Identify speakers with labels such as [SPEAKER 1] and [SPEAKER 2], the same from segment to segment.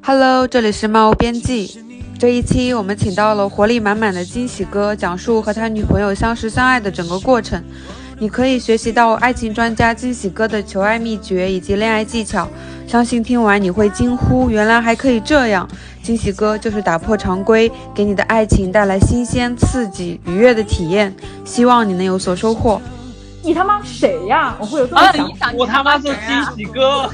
[SPEAKER 1] Hello，这里是漫无边际。这一期我们请到了活力满满的惊喜哥，讲述和他女朋友相识相爱的整个过程。你可以学习到爱情专家惊喜哥的求爱秘诀以及恋爱技巧，相信听完你会惊呼，原来还可以这样。惊喜哥就是打破常规，给你的爱情带来新鲜、刺激、愉悦的体验，希望你能有所收获。
[SPEAKER 2] 你他妈谁呀？我会有这么想法。
[SPEAKER 3] 我他妈是惊喜哥。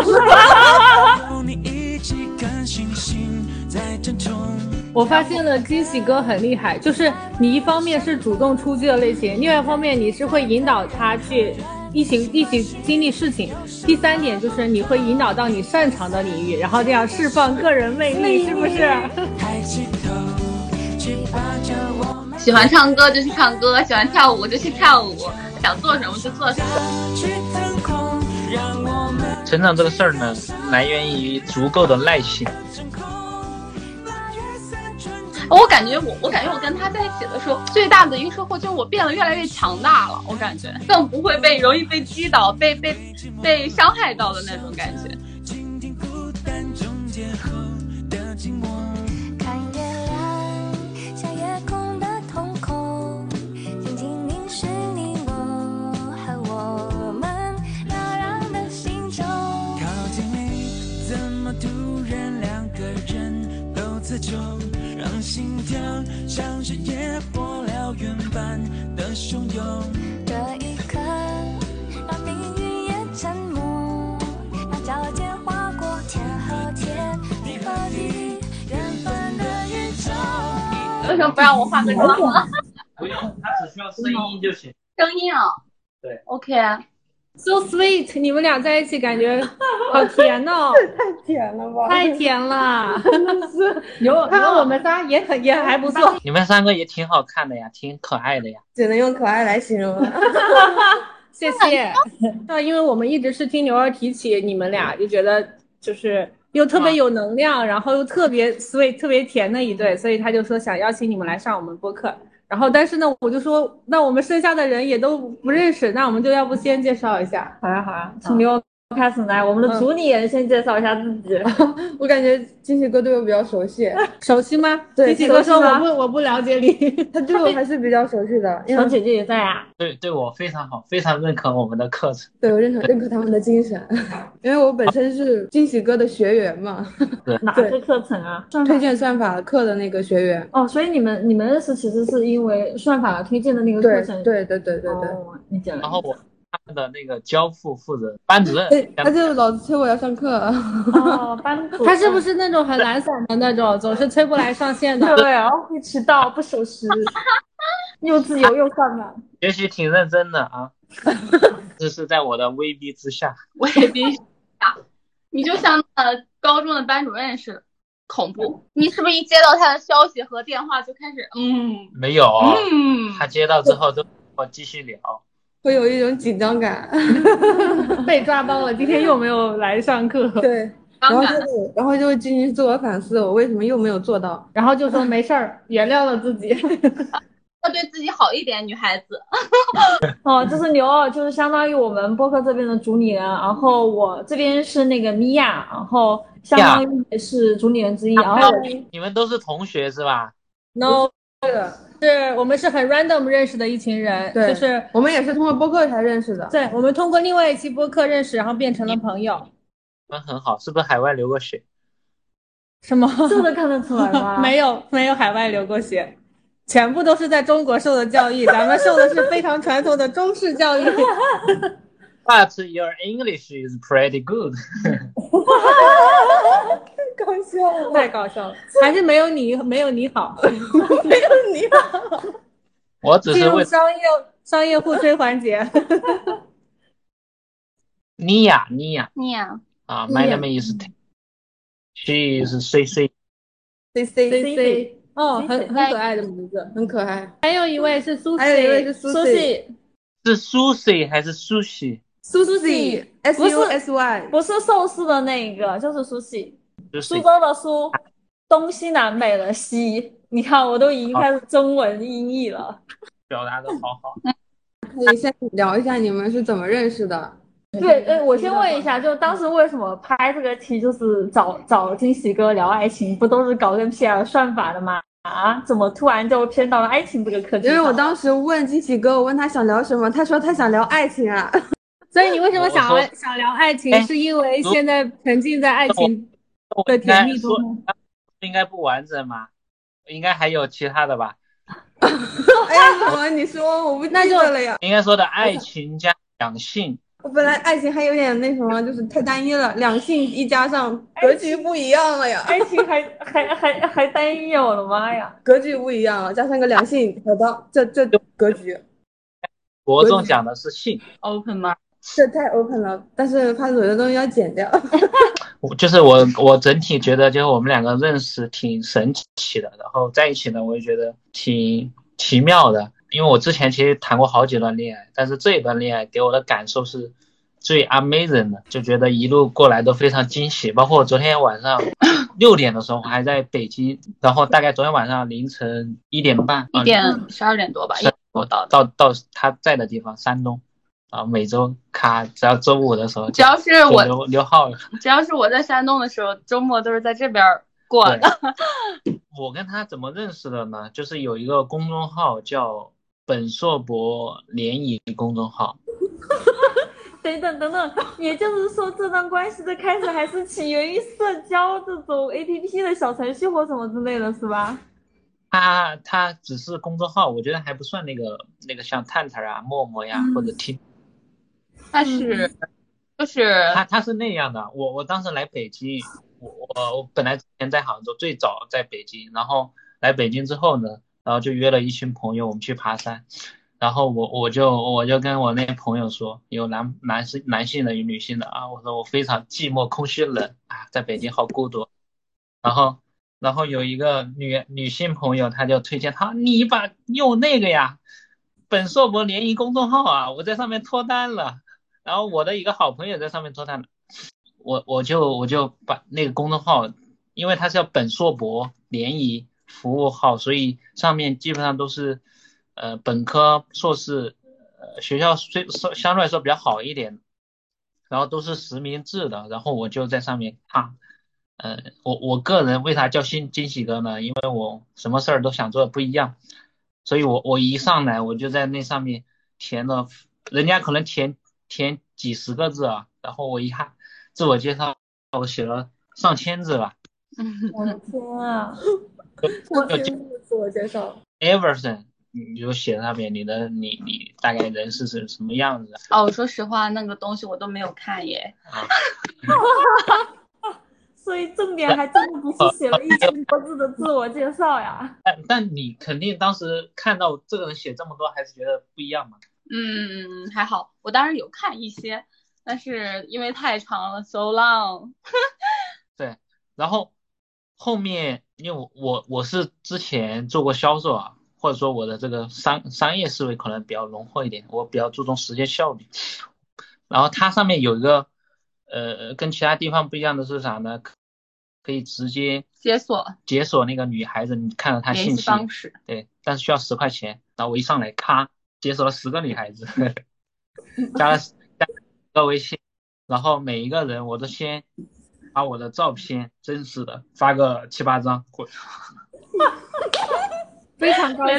[SPEAKER 2] 我发现了惊喜哥很厉害，就是你一方面是主动出击的类型，另外一方面你是会引导他去一起经历事情。第三点就是你会引导到你擅长的领域，然后这样释放个人魅力，是不是？
[SPEAKER 4] 喜欢唱歌就去唱歌，喜欢跳舞就去跳舞，想做什么就做什么。
[SPEAKER 3] 成长这个事儿呢，来源于足够的耐心。
[SPEAKER 4] 我感觉我跟他在一起的时候，最大的一个收获就是我变得越来越强大了。我感觉更不会容易被击倒、被伤害到的那种感觉。
[SPEAKER 5] 让心跳像是野火燎原般的汹涌，这一刻让命运也沉默，让脚尖划过天和天，地和地，缘分的宇宙。
[SPEAKER 4] 为什么不让我化个妆啊？
[SPEAKER 3] 不用，他只需要声音就行。
[SPEAKER 4] 声音啊？
[SPEAKER 3] 对
[SPEAKER 4] ，OK。So
[SPEAKER 2] sweet， 你们俩在一起感觉好甜哦，
[SPEAKER 1] 太甜了吧！
[SPEAKER 2] 太甜了，真的是。看看我们仨也还不错。
[SPEAKER 3] 你们三个也挺好看的呀，挺可爱的呀。
[SPEAKER 1] 只能用可爱来形容了。
[SPEAKER 2] 谢谢。那因为我们一直是听牛儿提起你们俩，就觉得就是又特别有能量，然后又特别 sweet、特别甜的一对，所以他就说想邀请你们来上我们播客。然后但是呢我就说那我们剩下的人也都不认识，那我们就要不先介绍一下。
[SPEAKER 6] 好呀，从牛开始来，我们的主理人先介绍一下自己。
[SPEAKER 1] 我感觉惊喜哥对我比较熟悉。
[SPEAKER 2] 熟悉吗？
[SPEAKER 1] 对，
[SPEAKER 2] 惊喜哥说我不了解你。
[SPEAKER 1] 他对我还是比较熟悉的。
[SPEAKER 6] 小姐姐也在啊。
[SPEAKER 3] 对我非常好，非常认可我们的课程。
[SPEAKER 1] 对，我认可他们的精神。因为我本身是惊喜哥的学员嘛。
[SPEAKER 3] 对，
[SPEAKER 6] 哪个课程啊？
[SPEAKER 1] 推荐算法课的那个学员。
[SPEAKER 6] 哦，所以你们认识其实是因为算法推荐的那个课程。
[SPEAKER 1] 对。
[SPEAKER 6] 哦，理解了。
[SPEAKER 3] 然后他们的那个交付负责班主任，
[SPEAKER 1] 他就老子催我要上课。
[SPEAKER 6] 哦，班主任。
[SPEAKER 2] 他是不是那种很懒散的那种，总是催不来上线的？
[SPEAKER 6] 对，然后会迟到，不守时，又自由又散漫。
[SPEAKER 3] 学习挺认真的啊。这是在我的威逼之下。
[SPEAKER 4] 威逼下，你就像高中的班主任似的，恐怖。你是不是一接到他的消息和电话就开始
[SPEAKER 3] 没有。他接到之后就我继续聊。
[SPEAKER 1] 会有一种紧张感。
[SPEAKER 2] 被抓包了，今天又没有来上课。
[SPEAKER 1] 对，然后就会进行自我反思，我为什么又没有做到？
[SPEAKER 2] 然后就说没事儿，原谅了自己。
[SPEAKER 4] 要对自己好一点，女孩子。
[SPEAKER 6] 哦，这是牛二，就是相当于我们播客这边的主理人，然后我这边是那个米娅，然后相当于也是主理人之一。然后
[SPEAKER 3] 你们都是同学是吧
[SPEAKER 2] ？No， 是我们是很 random 认识的一群人。
[SPEAKER 1] 对，
[SPEAKER 2] 就是
[SPEAKER 1] 我们也是通过播客才认识的。
[SPEAKER 2] 对，我们通过另外一期播客认识，然后变成了朋友。
[SPEAKER 3] 你们很好，是不是海外流过血？
[SPEAKER 2] 什么？
[SPEAKER 6] 这都看得出来吗？
[SPEAKER 2] 没有海外流过血，全部都是在中国受的教育，咱们受的是非常传统的中式教育。
[SPEAKER 3] But your English is pretty good.
[SPEAKER 1] 太搞笑了，
[SPEAKER 2] 太搞笑了，还是没有你好。没有你好。
[SPEAKER 3] 我只是为
[SPEAKER 2] 商业互吹环节。
[SPEAKER 3] 妮娅啊 ，My name is She is CC。
[SPEAKER 2] 哦，很可爱的名字，
[SPEAKER 1] 很可爱。
[SPEAKER 2] 还有一位是苏西，
[SPEAKER 3] 是 Sushi 还是 Sushi？
[SPEAKER 1] Susy，
[SPEAKER 6] 不是寿司的那个，就是苏西。苏州的苏，东西南北的西。你看，我都已经开始中文音译了。
[SPEAKER 3] 表达的好好。
[SPEAKER 1] 可以先聊一下你们是怎么认识的？
[SPEAKER 6] 对，我先问一下，就当时为什么拍这个题，就是找惊喜哥聊爱情，不都是搞跟 PR 算法的吗？啊，怎么突然就偏到了爱情这个课题？
[SPEAKER 1] 因为我当时问惊喜哥，我问他想聊什么，他说他想聊爱情啊。
[SPEAKER 2] 所以你为什么想聊爱情？是因为现在沉浸在爱情的甜蜜中吗？
[SPEAKER 3] 应该不完整吗？应该还有其他的吧？
[SPEAKER 1] 哎呀，怎么你说我不记得了呀？
[SPEAKER 3] 应该说的爱情加两性。
[SPEAKER 1] 我本来爱情还有点那什么，就是太单一了，两性一加上格局不一样了呀。
[SPEAKER 6] 爱情还单一，我的妈呀，
[SPEAKER 1] 格局不一样了，加上个两性，好的，这格局。
[SPEAKER 3] 国中讲的是性
[SPEAKER 4] open 吗？
[SPEAKER 1] 这太 open 了，但是怕有的东西要剪掉。
[SPEAKER 3] 就是我整体觉得，就是我们两个认识挺神奇的，然后在一起呢，我也觉得挺奇妙的。因为我之前其实谈过好几段恋爱，但是这一段恋爱给我的感受是最 amazing 的，就觉得一路过来都非常惊喜。包括昨天晚上6点的时候，我还在北京，然后大概昨天晚上凌晨1点半
[SPEAKER 4] ，12点多吧，
[SPEAKER 3] 我到他在的地方，山东。啊，每周只要周五的时候，
[SPEAKER 4] 只要是我
[SPEAKER 3] 留号，
[SPEAKER 4] 只要是我在山东的时候，周末都是在这边过的。
[SPEAKER 3] 我跟他怎么认识的呢？就是有一个公众号叫本硕博联谊公众号。
[SPEAKER 6] 等等，也就是说这段关系的开始还是起源于社交这种 APP 的小程序或什么之类的，是吧？
[SPEAKER 3] 他只是公众号，我觉得还不算那个像探探啊、陌陌呀或者听。
[SPEAKER 4] 他是就是
[SPEAKER 3] 他是那样的。我当时来北京，我本来之前在杭州，最早在北京，然后来北京之后呢，然后就约了一群朋友，我们去爬山。然后我就跟我那些朋友说，有男性的有女性的啊，我说我非常寂寞空虚冷啊，在北京好孤独。然后有一个女性朋友，她就推荐他，你用那个呀，本硕博联谊公众号啊，我在上面脱单了。然后我的一个好朋友在上面脱单了，我就把那个公众号，因为它是叫本硕博联谊服务号，所以上面基本上都是本科硕士学校相对来说比较好一点，然后都是实名制的。然后我就在上面看，我个人为啥叫惊喜哥呢？因为我什么事儿都想做的不一样，所以我一上来我就在那上面填了，人家可能填几十个字啊，然后我一看自我介绍，我写了上千字了。
[SPEAKER 6] 我的天啊！
[SPEAKER 1] 上千字自我介绍
[SPEAKER 3] Everson， 你就写上面你大概人是什么样子。
[SPEAKER 4] 我说实话，那个东西我都没有看耶。
[SPEAKER 6] 所以重点还真的不是写了1000多字的自我介绍呀。
[SPEAKER 3] 但你肯定当时看到这个人写这么多，还是觉得不一样嘛？
[SPEAKER 4] 还好，我当然有看一些，但是因为太长了 ，so long 。
[SPEAKER 3] 对，然后后面因为我是之前做过销售啊，或者说我的这个商业思维可能比较浓厚一点，我比较注重时间效率。然后它上面有一个跟其他地方不一样的是啥呢？可以直接解锁那个女孩子，你看到她信息
[SPEAKER 4] 方式，
[SPEAKER 3] 对，但是需要10块钱。然后我一上来咔解锁了10个女孩子，加了个微信，然后每一个人我都先把我的照片真实的发个7、8张过去。
[SPEAKER 6] 非常高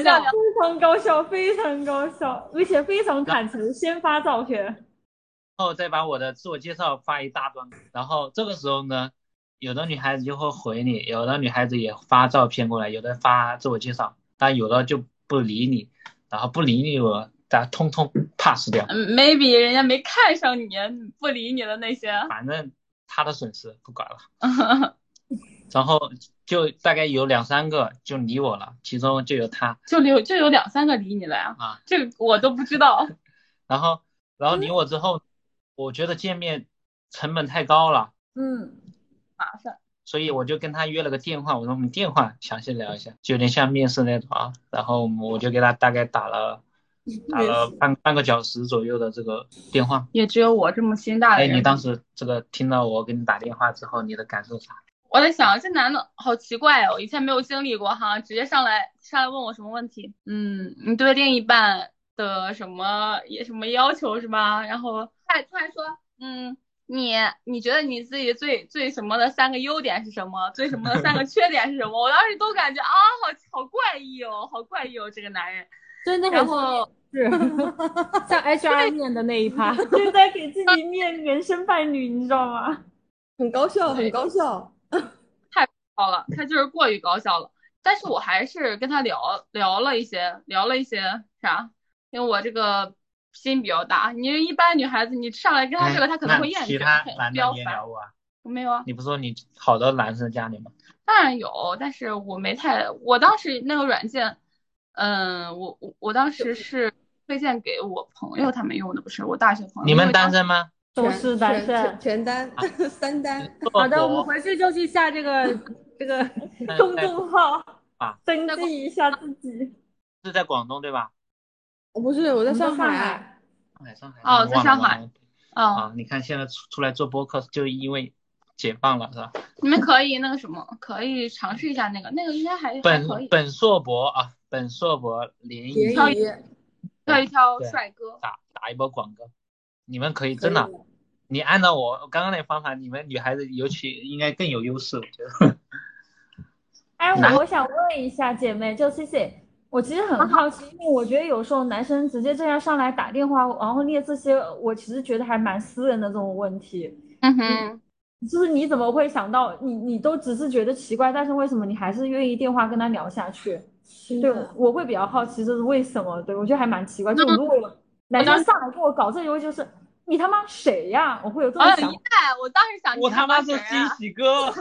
[SPEAKER 6] 效，而且非常坦诚，先发照片，然
[SPEAKER 3] 后再把我的自我介绍发一大段。然后这个时候呢，有的女孩子就会回你，有的女孩子也发照片过来，有的发自我介绍，但有的就不理你，然后不理你我大家通通 pass 掉。
[SPEAKER 4] maybe 人家没看上你，不理你的那些，
[SPEAKER 3] 反正他的损失不管了。然后就大概有2、3个就理我了，其中就有他，
[SPEAKER 4] 就有2、3个理你了呀。这个我都不知道。
[SPEAKER 3] 然后理我之后，我觉得见面成本太高了，
[SPEAKER 4] 麻烦，
[SPEAKER 3] 所以我就跟他约了个电话，我说我们电话详细聊一下，就有点像面试那种啊。然后我就给他大概打了半个小时左右的这个电话。
[SPEAKER 4] 也只有我这么心大的人。
[SPEAKER 3] 你当时这个听到我给你打电话之后，你的感受啥？
[SPEAKER 4] 我在想，这男的好奇怪哦，以前没有经历过哈，直接上来问我什么问题？你对另一半的什么要求是吧？然后他还说，你觉得你自己最什么的3个优点是什么？最什么的3个缺点是什么？我当时都感觉啊，好怪异哦，好怪异哦，这个男人。
[SPEAKER 2] 真的很
[SPEAKER 4] 然后
[SPEAKER 2] 是像 HR 面的那一趴，
[SPEAKER 6] 就在给自己面原生伴侣，你知道吗？
[SPEAKER 7] 很高效，很高效。
[SPEAKER 4] 好了，他就是过于高效了。但是我还是跟他聊了一些啥，因为我这个心比较大。你一般女孩子，你上来跟他这个，他可能会厌倦，
[SPEAKER 3] 其他男的
[SPEAKER 4] 比较烦。
[SPEAKER 3] 你也聊过啊？
[SPEAKER 4] 我没有啊。
[SPEAKER 3] 你不说你好多男生加你吗？
[SPEAKER 4] 当然有，但是我当时那个软件，我当时是推荐给我朋友他们用的，不是我大学朋友。
[SPEAKER 3] 你们单身吗？
[SPEAKER 6] 都是单身，
[SPEAKER 7] 全单3单。
[SPEAKER 2] 好的，我们回去就去下这个
[SPEAKER 6] 公众号
[SPEAKER 3] 啊，
[SPEAKER 6] 登记一下自己。
[SPEAKER 3] 是在广东对吧？
[SPEAKER 7] 我不是，我在上海。
[SPEAKER 3] 上海。
[SPEAKER 4] 哦，在上海。
[SPEAKER 3] 啊，你看现在出来做播客，就因为解放了，是吧？
[SPEAKER 4] 你们可以那个什么，可以尝试一下那个应该还可以。
[SPEAKER 3] 本硕博联谊
[SPEAKER 4] 挑一挑帅哥，
[SPEAKER 3] 打一波广告，你们可以真的，你按照我刚刚那方法，你们女孩子尤其应该更有优势，我觉得。
[SPEAKER 6] 哎，我想问一下姐妹，就 CC， 我其实很好奇，因为我觉得有时候男生直接这样上来打电话，然后列这些，我其实觉得还蛮私人的这种问题。就是你怎么会想到你都只是觉得奇怪，但是为什么你还是愿意电话跟他聊下去？对，我会比较好奇这是为什么。对，我觉得还蛮奇怪。就如果男生上来跟我搞这游戏，就是你他妈谁呀？我会有这种想法。
[SPEAKER 4] 我当时想，
[SPEAKER 3] 我他妈是惊喜哥。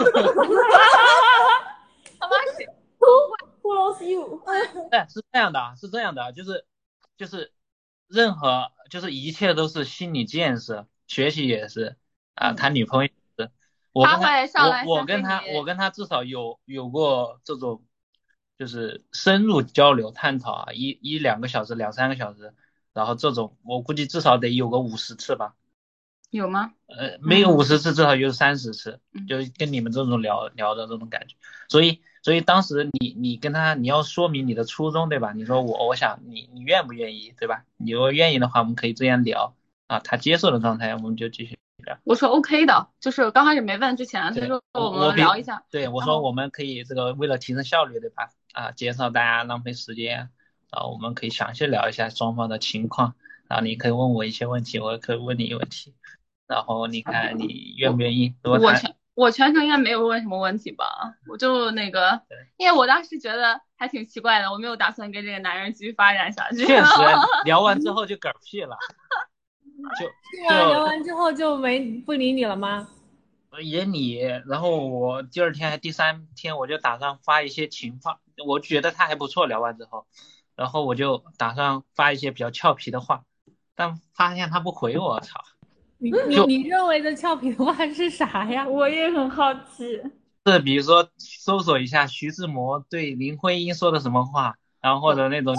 [SPEAKER 4] 他妈谁
[SPEAKER 6] ？Who knows you？
[SPEAKER 3] 对，是这样的，就是任何就是一切都是心理建设，学习也是啊，谈女朋友也是。我跟他至少有过这种就是深入交流探讨啊，1-2个小时2-3个小时，然后这种我估计至少得有个50次吧。
[SPEAKER 4] 有吗？
[SPEAKER 3] 没有50次，至少有30次，就跟你们这种聊的这种感觉。所以当时你跟他，你要说明你的初衷，对吧？你说我想你愿不愿意，对吧？你如果愿意的话，我们可以这样聊啊。他接受的状态，我们就继续聊。
[SPEAKER 4] 我说 OK 的，就是刚开始没问之前，他说我们聊一下。
[SPEAKER 3] 对，我说我们可以这个为了提升效率，对吧？啊，减少大家浪费时间啊，我们可以详细聊一下双方的情况。然后你可以问我一些问题，我也可以问你一个问题。然后你看你愿不愿意？
[SPEAKER 4] 我全程应该没有问什么问题吧？我就那个，因为我当时觉得还挺奇怪的，我没有打算跟这个男人继续发展下去。
[SPEAKER 3] 确实，聊完之后就嗝屁了。
[SPEAKER 2] 聊完之后就不理你了吗？
[SPEAKER 3] 也理，然后我第2天还第3天我就打算发一些情话，我觉得他还不错，聊完之后，然后我就打算发一些比较俏皮的话，但发现他不回我，操！
[SPEAKER 2] 你认为的俏皮话是啥呀？
[SPEAKER 6] 我也很好奇。
[SPEAKER 3] 是比如说搜索一下徐志摩对林徽因说的什么话，然后或者那种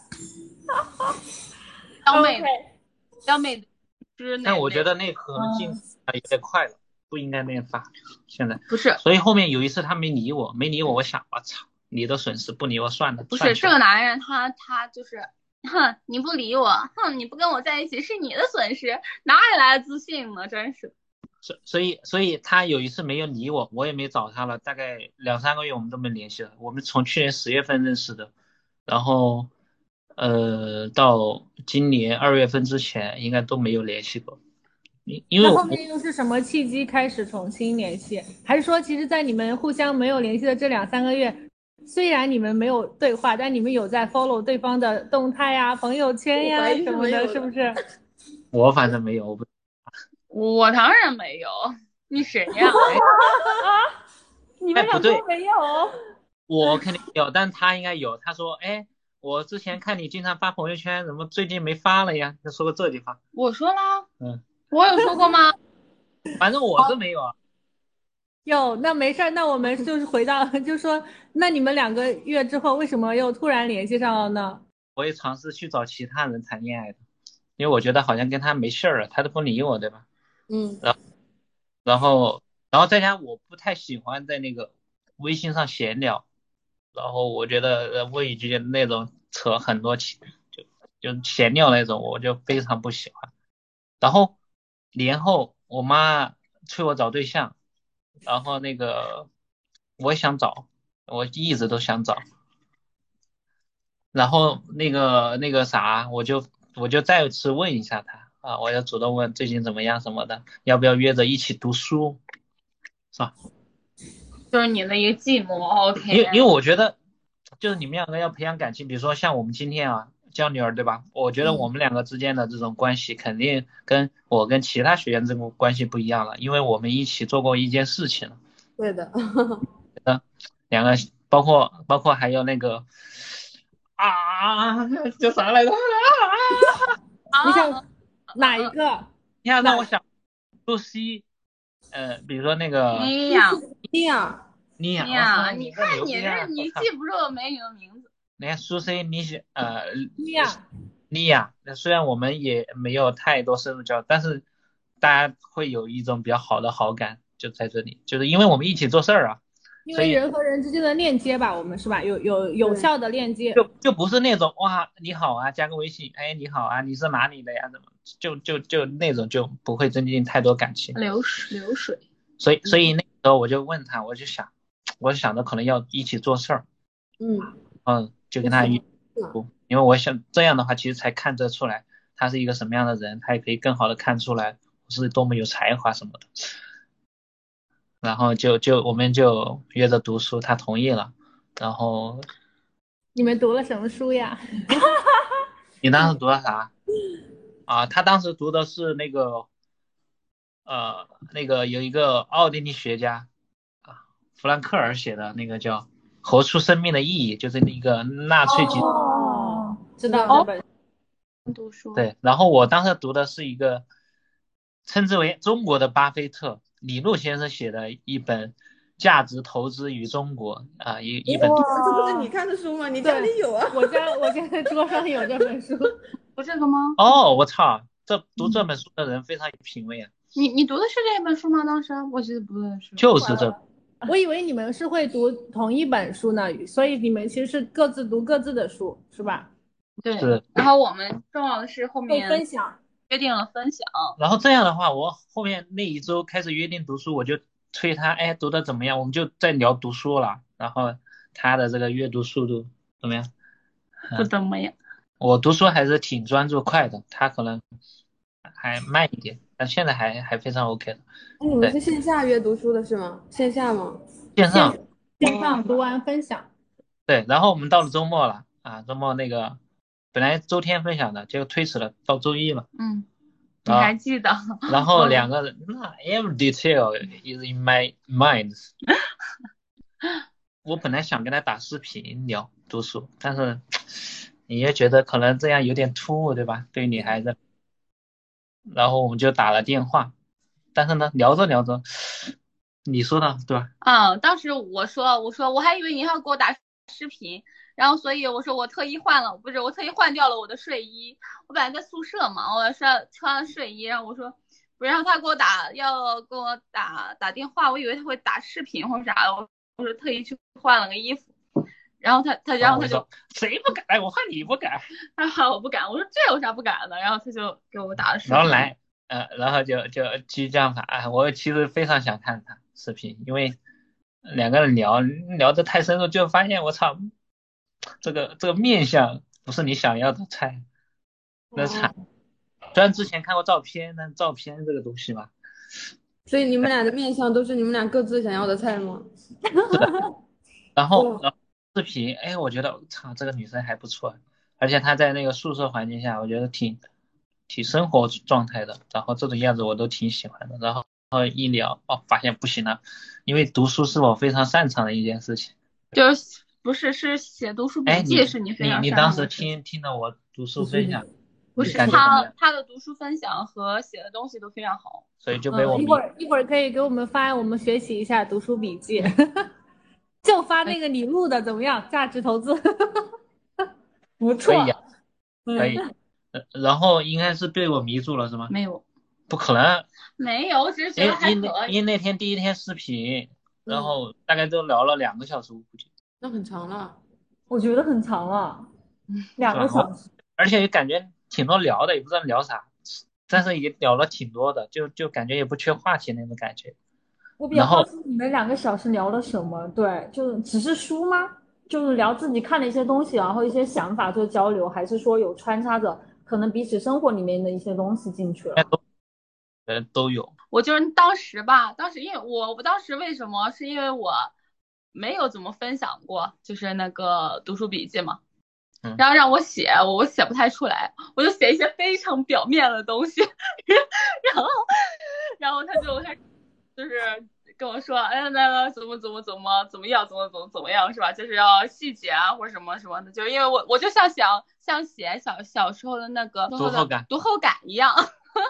[SPEAKER 4] 撩妹之类。
[SPEAKER 3] 但我觉得那可能进有点快了，不应该那样发。现在
[SPEAKER 4] 不是，
[SPEAKER 3] 所以后面有一次他没理我，我想我操，你的损失，不理我算了。
[SPEAKER 4] 不是这个男人他就是。哼，你不理我，你不跟我在一起是你的损失，哪里来的自信呢？真是。
[SPEAKER 3] 所以他有一次没有理我，我也没找他了，大概2-3个月我们都没联系了。我们从去年10月份认识的，然后到今年2月份之前应该都没有联系过。因为
[SPEAKER 2] 后面又是什么契机开始重新联系？还是说其实在你们互相没有联系的这2-3个月？虽然你们没有对话，但你们有在 follow 对方的动态呀、朋友圈呀什么的，是不是？
[SPEAKER 3] 我反正没有，
[SPEAKER 4] 我当然没有。你谁呀？
[SPEAKER 6] 你们俩都没有？
[SPEAKER 3] 我肯定有，但他应该有。他说：“哎，我之前看你经常发朋友圈，怎么最近没发了呀？”他说过这句话。
[SPEAKER 4] 我说啦。我有说过吗？
[SPEAKER 3] 反正我是没有啊。
[SPEAKER 2] 有，那没事，那我们就是回到，就说，那你们2个月之后为什么又突然联系上了呢？
[SPEAKER 3] 我也尝试去找其他人谈恋爱的，因为我觉得好像跟他没事儿了，他都不理我，对吧？然后再加上我不太喜欢在那个微信上闲聊，然后我觉得物语之间那种扯很多就闲聊那种，我就非常不喜欢。然后年后我妈催我找对象，然后那个我想找，我一直都想找，然后那个啥，我就再次问一下他啊，我要主动问最近怎么样什么的，要不要约着一起读书，是吧？
[SPEAKER 4] 就是你的一个计谋，OK。
[SPEAKER 3] 因为我觉得就是你们两个要培养感情，比如说像我们今天啊教女儿对吧？我觉得我们两个之间的这种关系肯定跟我跟其他学员这种关系不一样了，因为我们一起做过一件事情了。
[SPEAKER 7] 对的，
[SPEAKER 3] 两个包括还有那个啊叫啥来着？
[SPEAKER 2] 你想哪一个？
[SPEAKER 3] 你想让我想露西，比如说那个
[SPEAKER 4] 妮呀，
[SPEAKER 7] 妮娅，
[SPEAKER 3] 妮娅，
[SPEAKER 4] 你看你这你记不住美女的名字。
[SPEAKER 3] 你看苏 C
[SPEAKER 2] 妮娅，
[SPEAKER 3] 虽然我们也没有太多深入交流，但是大家会有一种比较好的好感，就在这里，就是因为我们一起做事儿啊，
[SPEAKER 2] 因为人和人之间的链接吧，我们是吧？有效的链接，
[SPEAKER 3] 就不是那种哇你好啊，加个微信，哎你好啊，你是哪里的呀？怎么就那种就不会增进太多感情，
[SPEAKER 4] 流水。
[SPEAKER 3] 所以那个时候我就问他，我就想着可能要一起做事儿，就跟他因为我想这样的话，其实才看得出来他是一个什么样的人，他也可以更好的看出来我是多么有才华什么的。然后我们就约着读书，他同意了。然后
[SPEAKER 2] 你们读了什么书呀？
[SPEAKER 3] 你当时读了啥？啊，他当时读的是那个有一个奥地利学家啊，弗兰克尔写的那个叫《活出生命的意义》，就是那个纳粹集。
[SPEAKER 2] 知道这本
[SPEAKER 4] 读书。
[SPEAKER 3] 对，然后我当时读的是一个称之为中国的巴菲特李路先生写的一本《价值投资与中国》啊，一本。
[SPEAKER 7] 这不是你看的书吗？你家里有啊？
[SPEAKER 2] 我家的桌上有这本书，
[SPEAKER 4] 不这个吗？
[SPEAKER 3] 哦，我操，读这本书的人非常有品位啊！
[SPEAKER 4] 你读的是这本书吗？当时我记得不是，
[SPEAKER 3] 就是这。
[SPEAKER 2] 我以为你们是会读同一本书呢，所以你们其实是各自读各自的书，是吧？
[SPEAKER 4] 对。然后我们重要的是后面
[SPEAKER 2] 分享，
[SPEAKER 4] 约定了分享。
[SPEAKER 3] 然后这样的话，我后面那一周开始约定读书，我就催他，哎，读的怎么样？我们就在聊读书了。然后他的这个阅读速度怎么样？
[SPEAKER 4] 不怎么样。
[SPEAKER 3] 我读书还是挺专注快的，他可能还慢一点，但现在还非常 OK 的。
[SPEAKER 7] 你们是线下约读书的是吗？线下吗？
[SPEAKER 3] 线
[SPEAKER 2] 上读完分享。
[SPEAKER 3] 对，然后我们到了周末了啊，周末那个本来周天分享的，结果推迟了到周一了。
[SPEAKER 4] 你还记得？
[SPEAKER 3] 然后两个人every detail is in my mind 我本来想跟他打视频聊读书，但是你也觉得可能这样有点突兀，对吧？对于女孩子。然后我们就打了电话，但是呢，聊着聊着，你说的对吧？
[SPEAKER 4] 当时我说我还以为你要给我打视频，然后所以我说我特意换掉了我的睡衣，我本来在宿舍嘛，我穿了睡衣，然后我说不让他给我打电话，我以为他会打视频或者啥的，我说特意去换了个衣服，然后他就
[SPEAKER 3] 谁不敢？我怕你不敢。
[SPEAKER 4] 我不敢，我说这有啥不敢的？然后他就给我打了视频。
[SPEAKER 3] 然后就激将法啊！我其实非常想看他视频，因为两个人聊得太深入，就发现我操，这个面相不是你想要的菜，那惨。虽然之前看过照片，但照片这个东西嘛。
[SPEAKER 7] 所以你们俩的面相都是你们俩各自想要的菜吗？
[SPEAKER 3] 然后视频，哎，我觉得操，这个女生还不错，而且她在那个宿舍环境下，我觉得挺生活状态的，然后这种样子我都挺喜欢的。然后一聊，发现不行了，因为读书是我非常擅长的一件事情。
[SPEAKER 4] 就是不是写读书笔记是
[SPEAKER 3] 你
[SPEAKER 4] 非常
[SPEAKER 3] 你当时听了我读书分享，
[SPEAKER 4] 不是他的读书分享和写的东西都非常好，
[SPEAKER 3] 所以就被我
[SPEAKER 2] 一会儿可以给我们发，我们学习一下读书笔记。就发那个李路的怎么样？价值投资不错，
[SPEAKER 3] 可以。然后应该是被我迷住了是吗？
[SPEAKER 4] 没有，
[SPEAKER 3] 不可能，
[SPEAKER 4] 没有，我只是觉得还可以。
[SPEAKER 3] 因为那天第一天视频，然后大概都聊了2个小时，我估计。
[SPEAKER 7] 那很长了，
[SPEAKER 6] 我觉得很长了，2个小时，
[SPEAKER 3] 而且也感觉挺多聊的，也不知道聊啥。 但是也聊了挺多的，就感觉也不缺话题那种感觉。
[SPEAKER 6] 我比较好奇你们2个小时聊了什么？对，就只是书吗？就是聊自己看的一些东西，然后一些想法做交流，还是说有穿插着可能彼此生活里面的一些东西进去了？
[SPEAKER 3] 都有。
[SPEAKER 4] 我就是当时因为我当时为什么是因为我没有怎么分享过，就是那个读书笔记嘛。然后让我写，我写不太出来，我就写一些非常表面的东西，然后他就开始就是跟我说，哎，那怎么样，怎么样是吧？就是要细节啊或者什么什么的，就是因为我就像写小时候的那个读后感一样，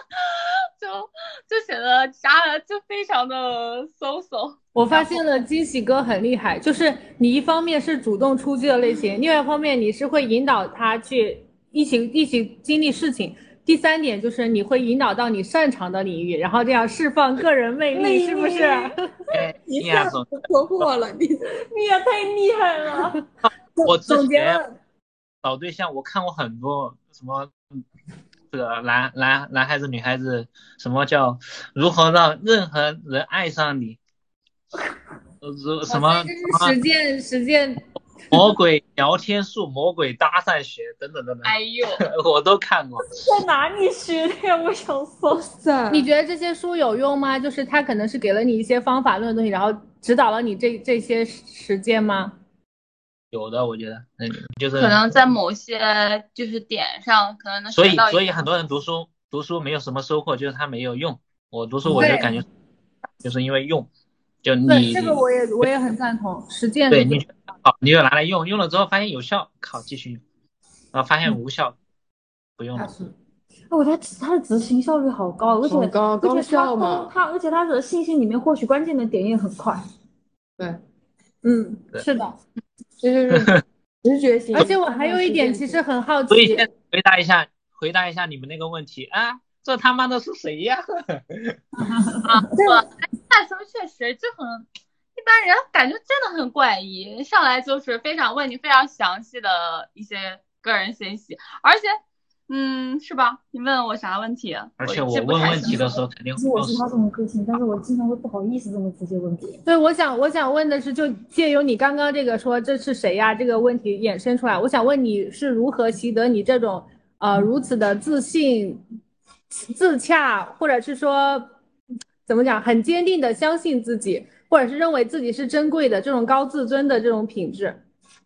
[SPEAKER 4] 就写的啥就非常的搜。
[SPEAKER 2] 我发现了惊喜哥很厉害，就是你一方面是主动出击的类型，另外一方面你是会引导他去一起经历事情。第3点就是你会引导到你擅长的领域，然后这样释放个人魅力，是不是？
[SPEAKER 7] 一下子突破了，你
[SPEAKER 6] 也太厉害了！
[SPEAKER 3] 我之前找对象，我看过很多什么这个男孩子女孩子，什么叫如何让任何人爱上你，什么
[SPEAKER 2] 实践
[SPEAKER 3] 魔鬼聊天术、魔鬼搭讪学等等。
[SPEAKER 4] 哎呦，
[SPEAKER 3] 我都看过。
[SPEAKER 6] 在哪里学的呀？我想说，
[SPEAKER 2] 你觉得这些书有用吗？就是他可能是给了你一些方法论的东西，然后指导了你这些实践吗？
[SPEAKER 3] 有的，我觉得，就是
[SPEAKER 4] 可能在某些就是点上，可能能学到。
[SPEAKER 3] 所以很多人读书没有什么收获，就是他没有用。我读书，我就感觉就是因为用。就你
[SPEAKER 2] 这个我也很赞同，实践
[SPEAKER 3] 对你好，你就拿来用了之后发现有效，靠继续用，然后发现无效，不用了。
[SPEAKER 6] 我觉得他的执行效率好高，而且
[SPEAKER 7] 高效嘛。
[SPEAKER 6] 而且他的信息里面获取关键的点也很快。
[SPEAKER 7] 对，
[SPEAKER 2] 是的，
[SPEAKER 7] 就是直觉型。
[SPEAKER 2] 而且我还有一点其实很好奇，
[SPEAKER 3] 所以先回答一下你们那个问题啊，这他妈的是谁呀？
[SPEAKER 4] 我那时候确实就很一般人，感觉真的很怪异，上来就是问你非常详细的一些个人信息，而且是吧？你问我啥问题？
[SPEAKER 3] 而且我问问题的时候肯定会。
[SPEAKER 6] 我是他这种个性，但是我经常会不好意思这么直接问别人。
[SPEAKER 2] 对，我想问的是，就借由你刚刚这个说这是谁呀这个问题衍生出来，我想问你是如何习得你这种如此的自信、自洽，或者是说怎么讲，很坚定的相信自己，或者是认为自己是珍贵的这种高自尊的这种品质？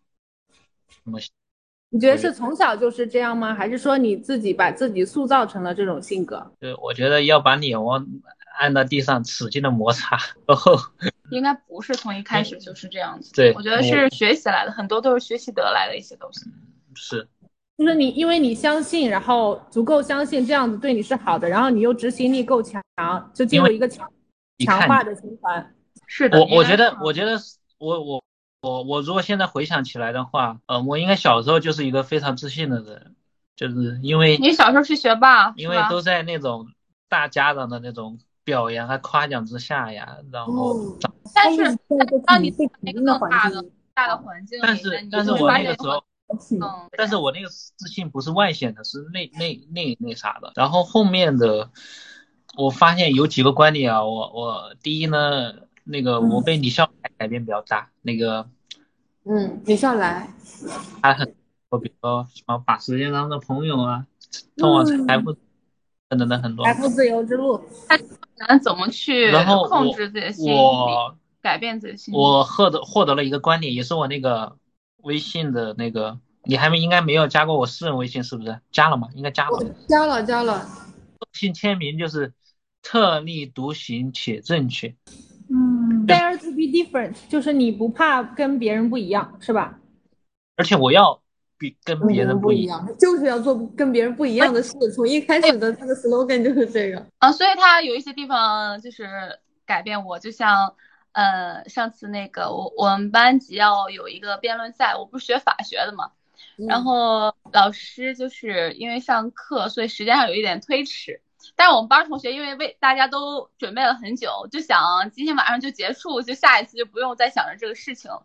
[SPEAKER 2] 你觉得是从小就是这样吗？还是说你自己把自己塑造成了这种性格？
[SPEAKER 3] 对，我觉得要把脸按到地上使劲的摩擦，然后
[SPEAKER 4] 应该不是从一开始就是这样子。
[SPEAKER 3] 对，
[SPEAKER 4] 我觉得是学习来的，很多都是学习得来的一些东西。
[SPEAKER 3] 是，
[SPEAKER 2] 就是因为你相信，然后足够相信这样子对你是好的，然后你又执行力够强，就进入一个强化的循环。
[SPEAKER 4] 是的，
[SPEAKER 3] 我觉得我如果现在回想起来的话，我应该小时候就是一个非常自信的人，就是因为
[SPEAKER 4] 你小时候是学霸，
[SPEAKER 3] 因为都在那种大家长的那种表扬和夸奖之下呀，然后
[SPEAKER 4] 但是当你在一个更大的环境里，
[SPEAKER 3] 但是我那个时候，但是我那个自信不是外显的，是那啥的。然后后面的我发现有几个观点啊，我第一呢，那个我被李笑来改变比较大，那个
[SPEAKER 7] 李笑来，
[SPEAKER 3] 他很多，比如说什么把时间当成朋友啊，通往财富等等很多
[SPEAKER 2] 财富自由之路，
[SPEAKER 4] 他怎么去控制自己的心理，改变自己的心理。
[SPEAKER 3] 我获得了一个观点，也是我那个微信的那个，你应该没有加过我私人微信是不是？加了吗？应该加了。
[SPEAKER 7] 加了。
[SPEAKER 3] 微信签名就是特立独行且正确。
[SPEAKER 2] Dare to be different， 就是你不怕跟别人不一样，是吧？
[SPEAKER 3] 而且我要跟别人不一样，
[SPEAKER 7] 就是要做跟别人不一样的事。从一开始的他的 slogan 就是这个。
[SPEAKER 4] 所以他有一些地方就是改变我，就像上次那个我们班级要有一个辩论赛，我不是学法学的嘛，然后老师就是因为上课，所以时间上有一点推迟。但是我们班同学因为大家都准备了很久，就想今天晚上就结束，就下一次就不用再想着这个事情。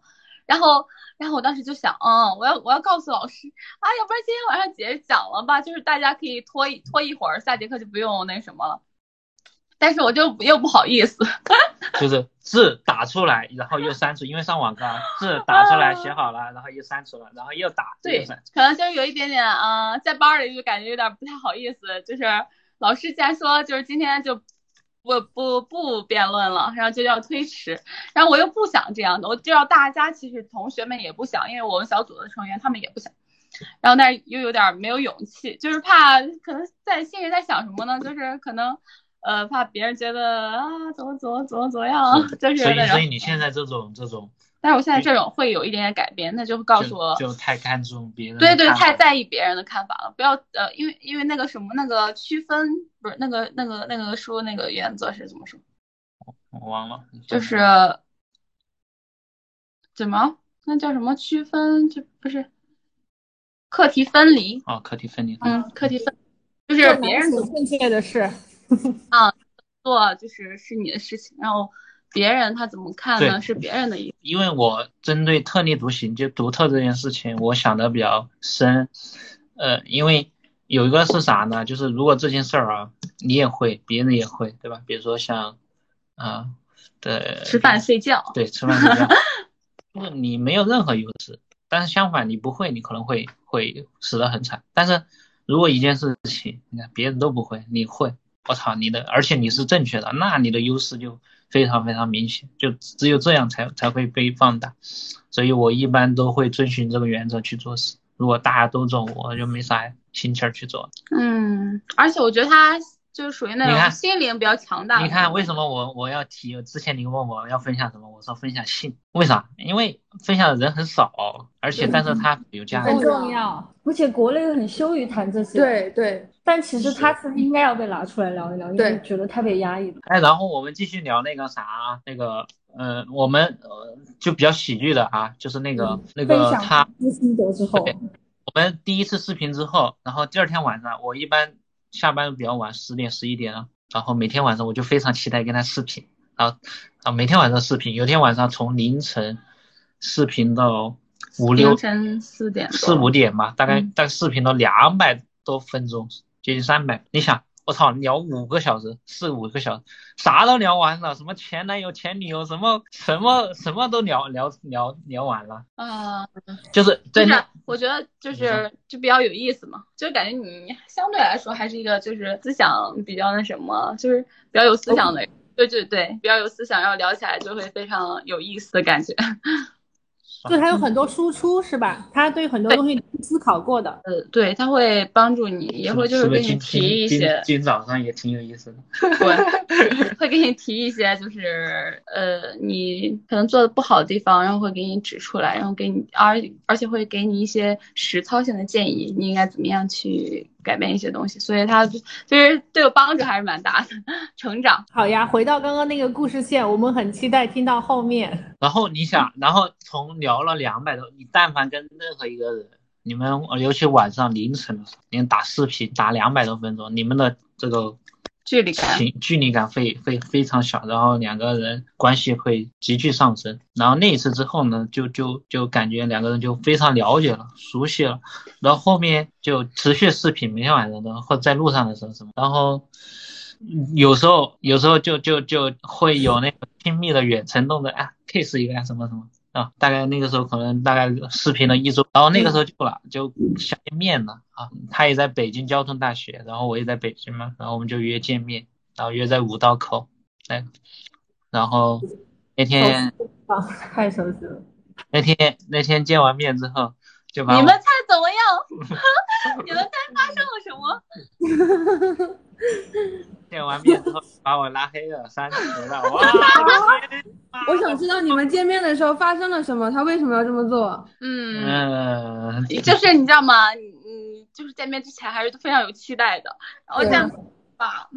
[SPEAKER 4] 然后我当时就想，我要告诉老师啊，要不然今天晚上姐讲了吧，就是大家可以拖一会儿，下节课就不用那什么了。但是我就又不好意思，
[SPEAKER 3] 就是字打出来，然后又删除，因为上网课字打出来写好了，然后又删除了，然后又打，
[SPEAKER 4] 对，可能就是有一点点在班里就感觉有点不太好意思，就是老师既然说就是今天就不辩论了，然后就要推迟，然后我又不想这样的，我知道大家其实同学们也不想，因为我们小组的成员他们也不想，然后但是又有点没有勇气，就是怕可能心里在想什么呢，就是可能怕别人觉得怎么样，就是
[SPEAKER 3] 所以你现在这种，
[SPEAKER 4] 但是我现在这种会有一点点改变，那就告诉我
[SPEAKER 3] 就太看重别人，
[SPEAKER 4] 对，太在意别人的看法了，不要因为那个什么那个区分不是那个说那个原则是怎么说？
[SPEAKER 3] 我忘了，
[SPEAKER 4] 就是怎么那叫什么区分？就不是课题分离
[SPEAKER 3] 课题分离，
[SPEAKER 4] 课题分就是别人
[SPEAKER 2] 做正确的事
[SPEAKER 4] 做是你的事情，然后别人他怎么看呢？是别人的意思。
[SPEAKER 3] 因为我针对特立独行就独特这件事情，我想的比较深，因为有一个是啥呢？就是如果这件事儿你也会，别人也会，对吧？比如说像
[SPEAKER 4] 吃饭睡觉，
[SPEAKER 3] 对，吃饭睡觉，就是你没有任何优势，但是相反你不会，你可能会死得很惨。但是如果一件事情，你看别人都不会，你会。我操而且你是正确的，那你的优势就非常非常明显，就只有这样才会被放大。所以我一般都会遵循这个原则去做事，如果大家都走，我就没啥心气儿去做。
[SPEAKER 4] 而且我觉得他就是属于那种心灵比较强大的。
[SPEAKER 3] 你看为什么我要提？之前你问我要分享什么，我说分享性，为啥？因为分享的人很少，而且但是它有价值，
[SPEAKER 6] 很重要。而且国内很羞于谈这些，
[SPEAKER 7] 对。
[SPEAKER 6] 但其实它是应该要被拿出来聊一聊，因为觉得特别压抑。
[SPEAKER 3] 然后我们继续聊那个我们就比较喜剧的就是那个他
[SPEAKER 6] 心得之后，
[SPEAKER 3] 我们第一次视频之后，然后第二天晚上我一般下班比较晚，10点11点了，然后每天晚上我就非常期待跟他视频，然后每天晚上视频，有天晚上从凌晨视频到
[SPEAKER 4] 凌晨4点
[SPEAKER 3] 4、5点吧，大概视频到200多分钟，接近300。你想，我操，聊5个小时，4、5个小时，啥都聊完了，什么前男友前女友，什么都聊完了就是
[SPEAKER 4] 我觉得就比较有意思嘛，就感觉你相对来说还是一个就是思想比较那什么，就是比较有思想的人，对，比较有思想，然后聊起来就会非常有意思的感觉。
[SPEAKER 2] 就他有很多输出是吧？他对很多东西思考过的。
[SPEAKER 4] 对，他会帮助你，也会就是给你提一些。
[SPEAKER 3] 今早上也挺有意思的。
[SPEAKER 4] 对，会给你提一些，就是你可能做的不好的地方，然后会给你指出来，然后给你而且会给你一些实操性的建议，你应该怎么样去改变一些东西，所以他就是对我帮助还是蛮大的，成长。
[SPEAKER 2] 好呀，回到刚刚那个故事线，我们很期待听到后面。
[SPEAKER 3] 然后你想，然后从聊了200多，你但凡跟任何一个人，你们尤其晚上凌晨，你打视频打200多分钟，你们的这个距离感会非常小，然后两个人关系会急剧上升。然后那一次之后呢，就感觉两个人就非常了解了，熟悉了，然后后面就持续视频，每天晚上都或者在路上的时候什么，然后有时候就会有那个亲密的远程动的kiss 一个什么什么大概那个时候可能大概视频了1周，然后那个时候就想见面了他也在北京交通大学，然后我也在北京嘛，然后我们就约见面，然后约在五道口，然后那天
[SPEAKER 6] 太熟悉了。
[SPEAKER 3] 那天见完面之后就把
[SPEAKER 4] 你们猜怎么样？你们猜发生了什么？
[SPEAKER 3] 见完面之后把我拉黑了，3次了，哇！
[SPEAKER 7] 我想知道你们见面的时候发生了什么，他为什么要这么做？
[SPEAKER 4] 就是你知道吗？你就是见面之前还是非常有期待的，然后这样吧，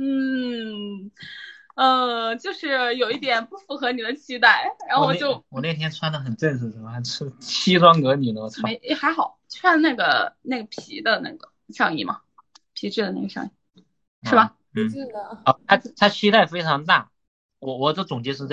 [SPEAKER 4] 就是有一点不符合你的期待，然后
[SPEAKER 3] 我那天穿的很正式，是吧？还是西装革履的，我操！
[SPEAKER 4] 还好，穿那个皮的那个上衣嘛，皮质的那个上衣，是吧？
[SPEAKER 7] 皮质的。
[SPEAKER 3] 他期待非常大，我的总结是这样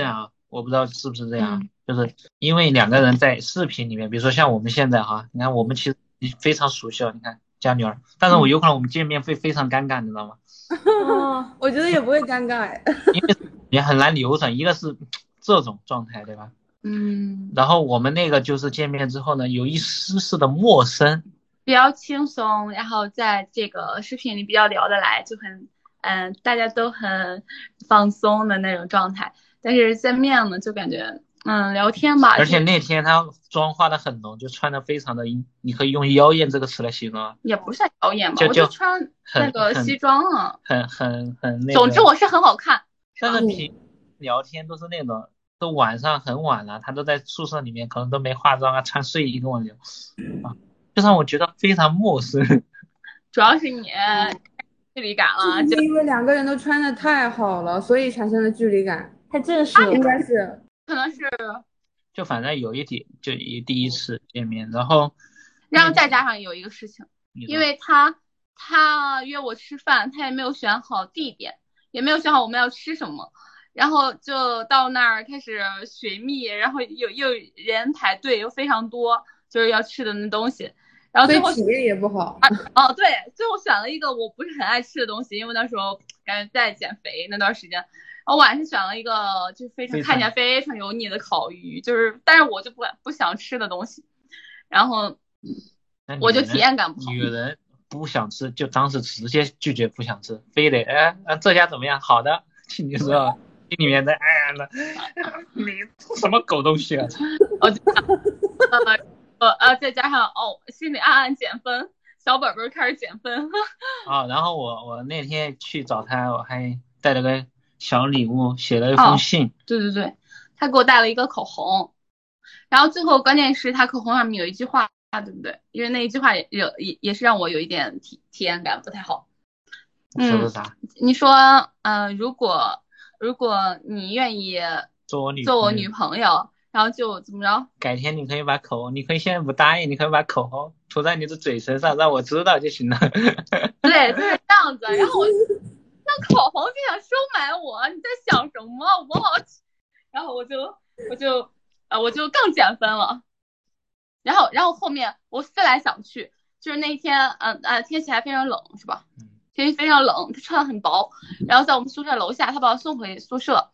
[SPEAKER 3] 我不知道是不是这样，就是因为两个人在视频里面，比如说像我们现在哈，你看我们其实非常熟悉了，你看家女儿，但是我有可能我们见面会非常尴尬，你知道吗？
[SPEAKER 7] 哦，我觉得也不会尴尬哎，
[SPEAKER 3] 因为也很难流程，一个是这种状态，对吧？然后我们那个就是见面之后呢，有一丝丝的陌生，
[SPEAKER 4] 比较轻松，然后在这个视频里比较聊得来，就很大家都很放松的那种状态。但是见面呢，就感觉聊天吧。
[SPEAKER 3] 而且那天她妆化的很浓，就穿的非常的，你可以用妖艳这个词来形容啊。
[SPEAKER 4] 也不算妖艳吧，我就穿那个西装啊，
[SPEAKER 3] 很那个。
[SPEAKER 4] 总之我是很好看。
[SPEAKER 3] 但是平聊天都是那种，都晚上很晚了，她都在宿舍里面，可能都没化妆啊，穿睡衣跟我聊啊，就让我觉得非常陌生。
[SPEAKER 4] 主要是你距离感了，
[SPEAKER 1] 就因为两个人都穿的太好了，所以产生了距离感，
[SPEAKER 6] 太正式了，
[SPEAKER 1] 应该是，
[SPEAKER 4] 可能是，
[SPEAKER 3] 就反正有一点，就第一次见面，然后
[SPEAKER 4] 再加上有一个事情，因为他约我吃饭，他也没有选好地点，也没有选好我们要吃什么，然后就到那儿开始寻觅，然后又人排队又非常多，就是要吃的那东西。然后最后
[SPEAKER 1] 体验也不好
[SPEAKER 4] 对，最后选了一个我不是很爱吃的东西，因为那时候感觉在减肥那段时间，然后晚上选了一个就看起来非常油腻的烤鱼，就是但是我就不想吃的东西，然后我就体验感不好。
[SPEAKER 3] 女人不想吃就当时直接拒绝不想吃，非得这家怎么样？好的，你说心里面的你什么狗东西啊！
[SPEAKER 4] 我就再加上心里暗暗减分，小本本开始减分。
[SPEAKER 3] 然后我那天去找他，我还带了个小礼物，写了一封信。
[SPEAKER 4] 对，他给我带了一个口红，然后最后关键是他口红上面有一句话，对不对？因为那一句话也是让我有一点体验感不太好。
[SPEAKER 3] 说的啥？
[SPEAKER 4] 你说如果你愿意做我女朋友。然后就怎么着？
[SPEAKER 3] 改天你可以把口红，你可以现在不答应，你可以把口红涂在你的嘴唇上，让我知道就行了。
[SPEAKER 4] 对，就是这样子。然后我那口红就想收买我，你在想什么？然后我就更减分了。然后后面我思来想去，就是那天天气还非常冷，是吧？天气非常冷，他穿的很薄，然后在我们宿舍楼下，他把我送回宿舍，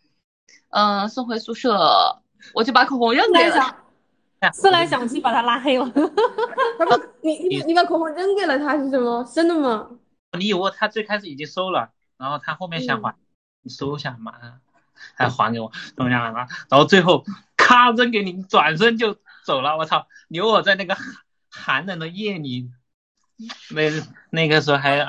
[SPEAKER 4] 我就把口红扔给了他，
[SPEAKER 2] 思来想去把他拉黑了。
[SPEAKER 7] 你把口红扔给了他是什么？真的吗？
[SPEAKER 3] 你以为他最开始已经收了，然后他后面想还，你收下嘛，还还给我，怎么样？然后最后咔扔给你，转身就走了。我操，留我在那个寒冷的夜里，那个时候还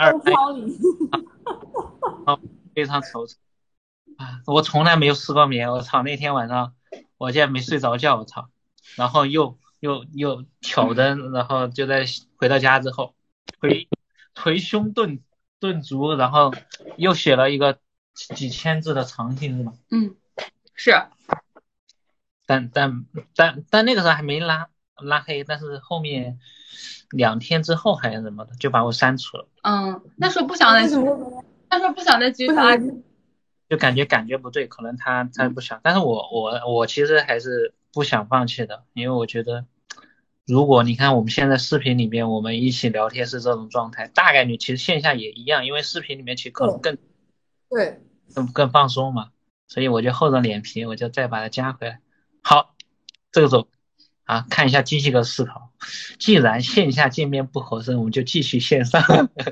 [SPEAKER 3] 非常惆怅。我从来没有失过眠，我操！那天晚上我竟然没睡着觉，我操！然后又挑灯，然后就在回到家之后，捶胸顿足，然后又写了一个几千字的长信，是吧？
[SPEAKER 4] 是。
[SPEAKER 3] 但那个时候还没拉黑，但是后面2天之后还是什么的，就把我删除了。
[SPEAKER 4] 那时候不想再继续发。
[SPEAKER 3] 就感觉不对，可能他不想，但是我其实还是不想放弃的，因为我觉得，如果你看我们现在视频里面我们一起聊天是这种状态，大概率其实线下也一样，因为视频里面其实可能更放松嘛，所以我就厚着脸皮，我就再把他加回来。好，这个时候看一下金希哥思考，既然线下见面不合适，我们就继续线上。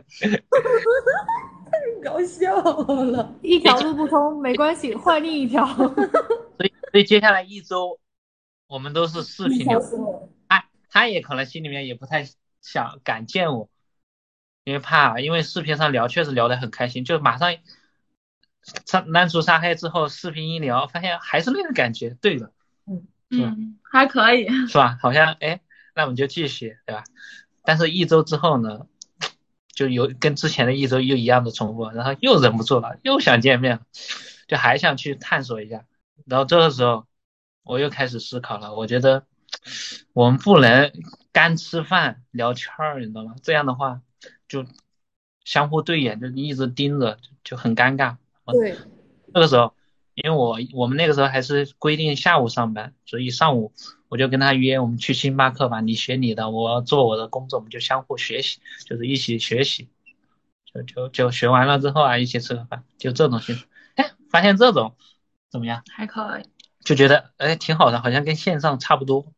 [SPEAKER 7] 搞笑了，
[SPEAKER 6] 一条路不通没关系，换另一条。
[SPEAKER 3] 所以接下来1周我们都是视频聊，他也可能心里面也不太敢见我，因为怕，因为视频上聊确实聊得很开心，就马上删除杀黑之后，视频一聊发现还是那个感觉，对的，
[SPEAKER 4] 还可以，
[SPEAKER 3] 是吧？好像那我们就继续，对吧？但是1周之后呢？就有跟之前的1周又一样的重复，然后又忍不住了，又想见面，就还想去探索一下。然后这个时候我又开始思考了，我觉得我们不能干吃饭聊天儿，你知道吗？这样的话就相互对眼，就一直盯着，就很尴尬。
[SPEAKER 7] 对，
[SPEAKER 3] 这个时候因为我们那个时候还是规定下午上班，所以上午我就跟他约我们去星巴克吧，你学你的，我做我的工作，我们就相互学习，就是一起学习，就学完了之后啊，一起吃个饭，就这种形式。哎，发现这种怎么样？
[SPEAKER 4] 还可以。
[SPEAKER 3] 就觉得哎挺好的，好像跟线上差不多。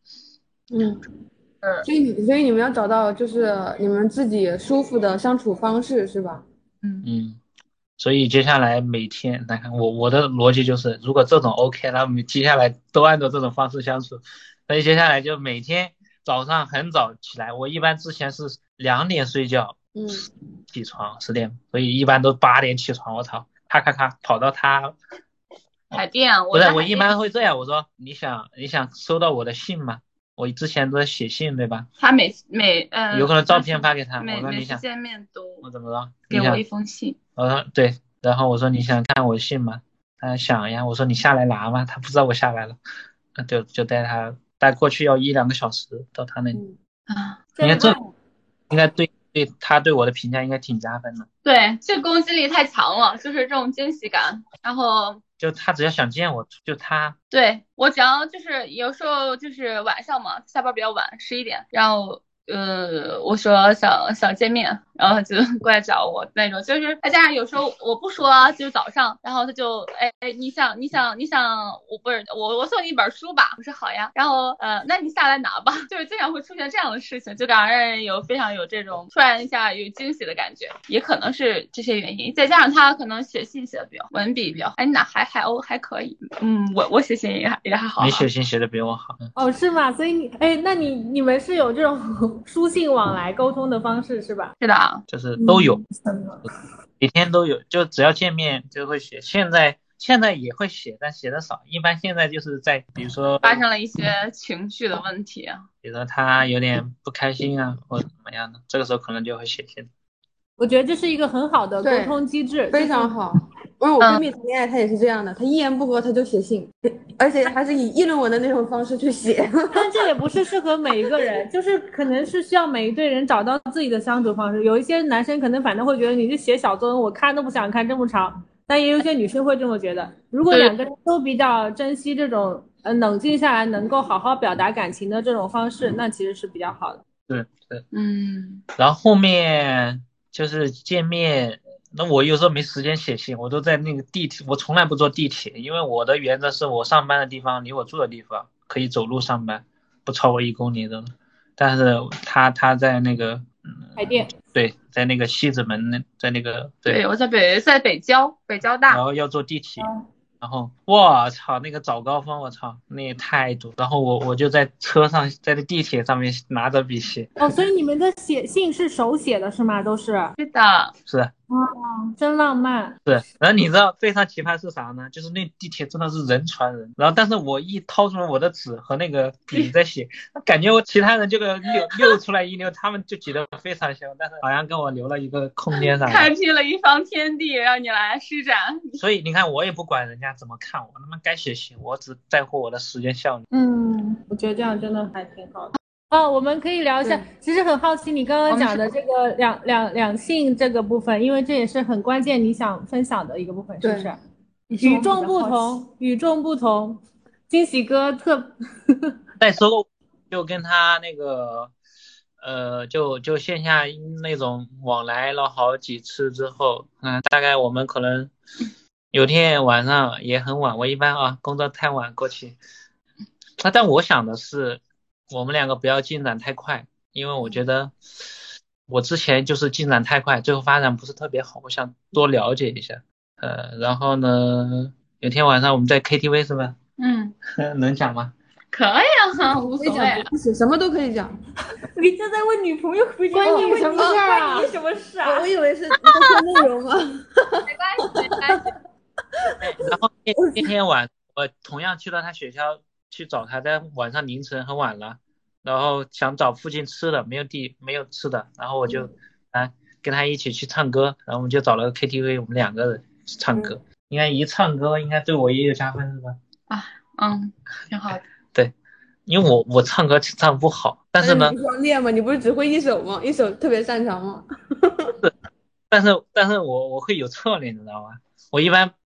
[SPEAKER 7] 所以你们要找到就是你们自己舒服的相处方式是吧？
[SPEAKER 3] 所以接下来每天来看我的逻辑就是，如果这种 OK，那我们接下来都按照这种方式相处。所以接下来就每天早上很早起来，我一般之前是2点睡觉，起床10点，所以一般都8点起床。我操，咔咔咔跑到他
[SPEAKER 4] 海淀，
[SPEAKER 3] 不是我一般会这样，我说你想收到我的信吗？我之前都在写信对吧？
[SPEAKER 4] 他
[SPEAKER 3] 有可能照片发给他，我说
[SPEAKER 4] 每
[SPEAKER 3] 你想
[SPEAKER 4] 次见面都
[SPEAKER 3] 我怎么着
[SPEAKER 4] 给我一封信。
[SPEAKER 3] 我说对，然后我说你想看我信吗？他想呀，我说你下来拿吗？他不知道我下来了，就带过去要1-2个小时到他那里。应该对他对我的评价应该挺加分的。
[SPEAKER 4] 对，这攻击力太强了，就是这种惊喜感。然后
[SPEAKER 3] 就他只要想见我，就他
[SPEAKER 4] 对我只要就是有时候就是晚上嘛，下班比较晚11点，然后我说想见面，然后就过来找我那种，就是再加上有时候我不说就早上，然后他就你想我送你一本书吧，我说好呀，然后那你下来拿吧，就是经常会出现这样的事情，就让人非常有这种突然一下有惊喜的感觉，也可能是这些原因，再加上他可能写信写的比较文笔比较那还可以，我写信也还好，
[SPEAKER 3] 你写信写的比我好。
[SPEAKER 6] 哦，是吗？所以那你们是有这种书信往来沟通的方式是吧？
[SPEAKER 4] 是的，
[SPEAKER 3] 就是都有，每天都有，就只要见面就会写。现在也会写，但写的少。一般现在就是在比如说
[SPEAKER 4] 发生了一些情绪的问题，
[SPEAKER 3] 比如说他有点不开心啊，或者怎么样的，这个时候可能就会写信。
[SPEAKER 6] 我觉得这是一个很好的沟通机制，
[SPEAKER 7] 非常好。因为我闺蜜谈恋爱，她也是这样的，她一言不合她就写信，而且还是以议论文的那种方式去写。
[SPEAKER 6] 但这也不是适合每一个人，就是可能是需要每一对人找到自己的相处方式。有一些男生可能反正会觉得你就写小作文，我看都不想看这么长，但也有些女生会这么觉得。如果两个人都比较珍惜这种冷静下来能够好好表达感情的这种方式，那其实是比较好的。
[SPEAKER 3] 对，然后后面就是见面，那我有时候没时间写信，我都在那个地铁，我从来不坐地铁，因为我的原则是我上班的地方离我住的地方可以走路上班，不超过1公里的。但是他在那个
[SPEAKER 6] 海淀，
[SPEAKER 3] 对，在那个西直门在那个
[SPEAKER 4] 对，我在北交大，
[SPEAKER 3] 然后要坐地铁。然后我操，那个早高峰，我操，那也太堵。然后我就在车上，在那地铁上面拿着笔写。
[SPEAKER 6] 所以你们的写信是手写的是吗？都是？
[SPEAKER 4] 是的，
[SPEAKER 3] 是。
[SPEAKER 6] 真浪漫。
[SPEAKER 3] 是，然后你知道非常奇葩是啥呢？就是那地铁真的是人传人。然后但是我一掏出了我的纸和那个笔在写，感觉我其他人就给溜出来一溜，他们就挤得非常凶，但是好像跟我留了一个空间上，
[SPEAKER 4] 开辟了一方天地让你来施展。
[SPEAKER 3] 所以你看，我也不管人家怎么看我，他妈该写信，我只在乎我的时间效率。
[SPEAKER 6] 我觉得这样真的还挺好的。我们可以聊一下，其实很好奇你刚刚讲的这个两性这个部分，因为这也是很关键你想分享的一个部分，是不是？与众不同，惊喜哥
[SPEAKER 3] 再说就跟他那个就线下那种往来了好几次之后，大概我们可能有天晚上也很晚，我一般工作太晚过去，但我想的是我们两个不要进展太快，因为我觉得我之前就是进展太快，最后发展不是特别好，我想多了解一下。然后呢，有天晚上我们在 KTV 是吧？能讲吗？
[SPEAKER 4] 可以啊，无所谓，
[SPEAKER 7] 什么都可以讲。
[SPEAKER 6] 你这在问女朋友，关你什么事啊？关你什么事啊？
[SPEAKER 7] 我以为是在说内容吗？
[SPEAKER 4] 没关系。
[SPEAKER 3] 然后那天晚我同样去到他学校去找他，在晚上凌晨很晚了，然后想找附近吃的，没有吃的，然后我就跟他一起去唱歌，然后我们就找了个 KTV， 我们2个人唱歌，应该一唱歌应该对我也有加分是吧？
[SPEAKER 4] 挺好的。
[SPEAKER 3] 对，因为我唱歌唱不好，但是呢，
[SPEAKER 7] 你不是练吗？你不是只会一首吗？一首特别擅长吗？
[SPEAKER 3] 但是我会有策略，你知道吗？我一般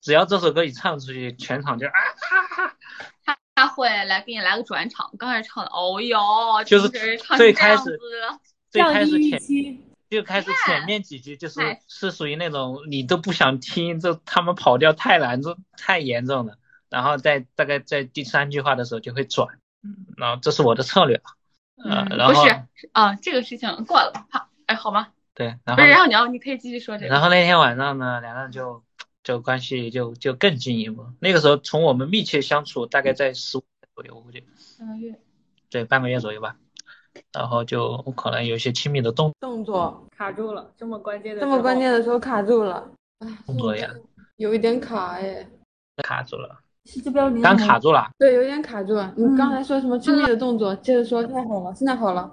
[SPEAKER 3] 只要这首歌一唱出去，全场就
[SPEAKER 4] 他会给你来个转场，刚开始唱的，哦哟，
[SPEAKER 3] 就是最开始前面几句是属于那种你都不想听，就他们跑调太难，就太严重了。然后大概在第3句话的时候就会转，然后这是我的策略。然后
[SPEAKER 4] 不是这个事情过了，好吗？
[SPEAKER 3] 对，然后
[SPEAKER 4] 不是，然后你可以继续说这个。
[SPEAKER 3] 然后那天晚上呢，两个人就关系就更进一步。那个时候从我们密切相处大概在15天左右，我估计
[SPEAKER 4] 半个月，
[SPEAKER 3] 对，半个月左右吧。然后就可能有一些亲密的动
[SPEAKER 7] 作
[SPEAKER 2] 卡住了，这么关键
[SPEAKER 7] 的时候卡住了，
[SPEAKER 3] 动作呀，
[SPEAKER 7] 有一点卡哎，
[SPEAKER 3] 卡住了，
[SPEAKER 6] 刚
[SPEAKER 3] 卡住了，
[SPEAKER 7] 对，有点卡住了。你刚才说什么亲密的动作？接着说，太好了，现在好了。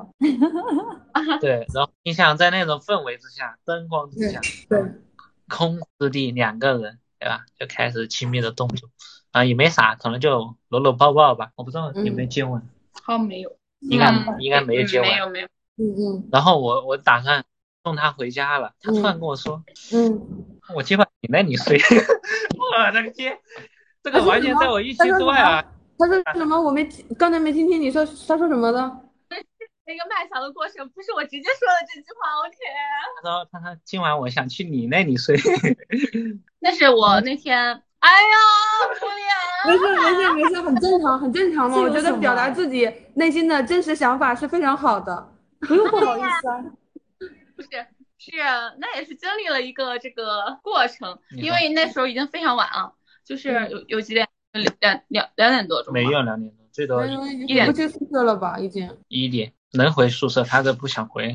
[SPEAKER 3] 对，然后你想在那种氛围之下，灯光之下，
[SPEAKER 7] 对，
[SPEAKER 3] 空之地2个人，对吧？就开始亲密的动作，也没啥，可能就搂抱抱吧，我不知道有没有接吻，
[SPEAKER 4] 好像没有。
[SPEAKER 3] 应该没有接吻，
[SPEAKER 4] 没有。
[SPEAKER 3] 然后我打算送他回家了，他突然跟我说，我今晚你那里睡，我的天，这个完全在我预期之外啊！
[SPEAKER 7] 他说什么？我刚才没听清你说他说什么的？
[SPEAKER 4] 那个漫长的过程不是我直接说的这句话 ，OK。
[SPEAKER 3] 他说今晚我想去你那里睡，
[SPEAKER 4] 那是我那天。哎呀，不
[SPEAKER 7] 脸！没事，很正常嘛。我觉得表达自己内心的真实想法是非常好的，
[SPEAKER 6] 不用不好意思啊。
[SPEAKER 4] 不是，那也是经历了一个这个过程，因为那时候已经非常晚了，就是有几点，2点多钟。
[SPEAKER 3] 没有2点多，最多
[SPEAKER 7] 1点。不去宿舍了吧？已经
[SPEAKER 3] 1点能回宿舍，他都不想回。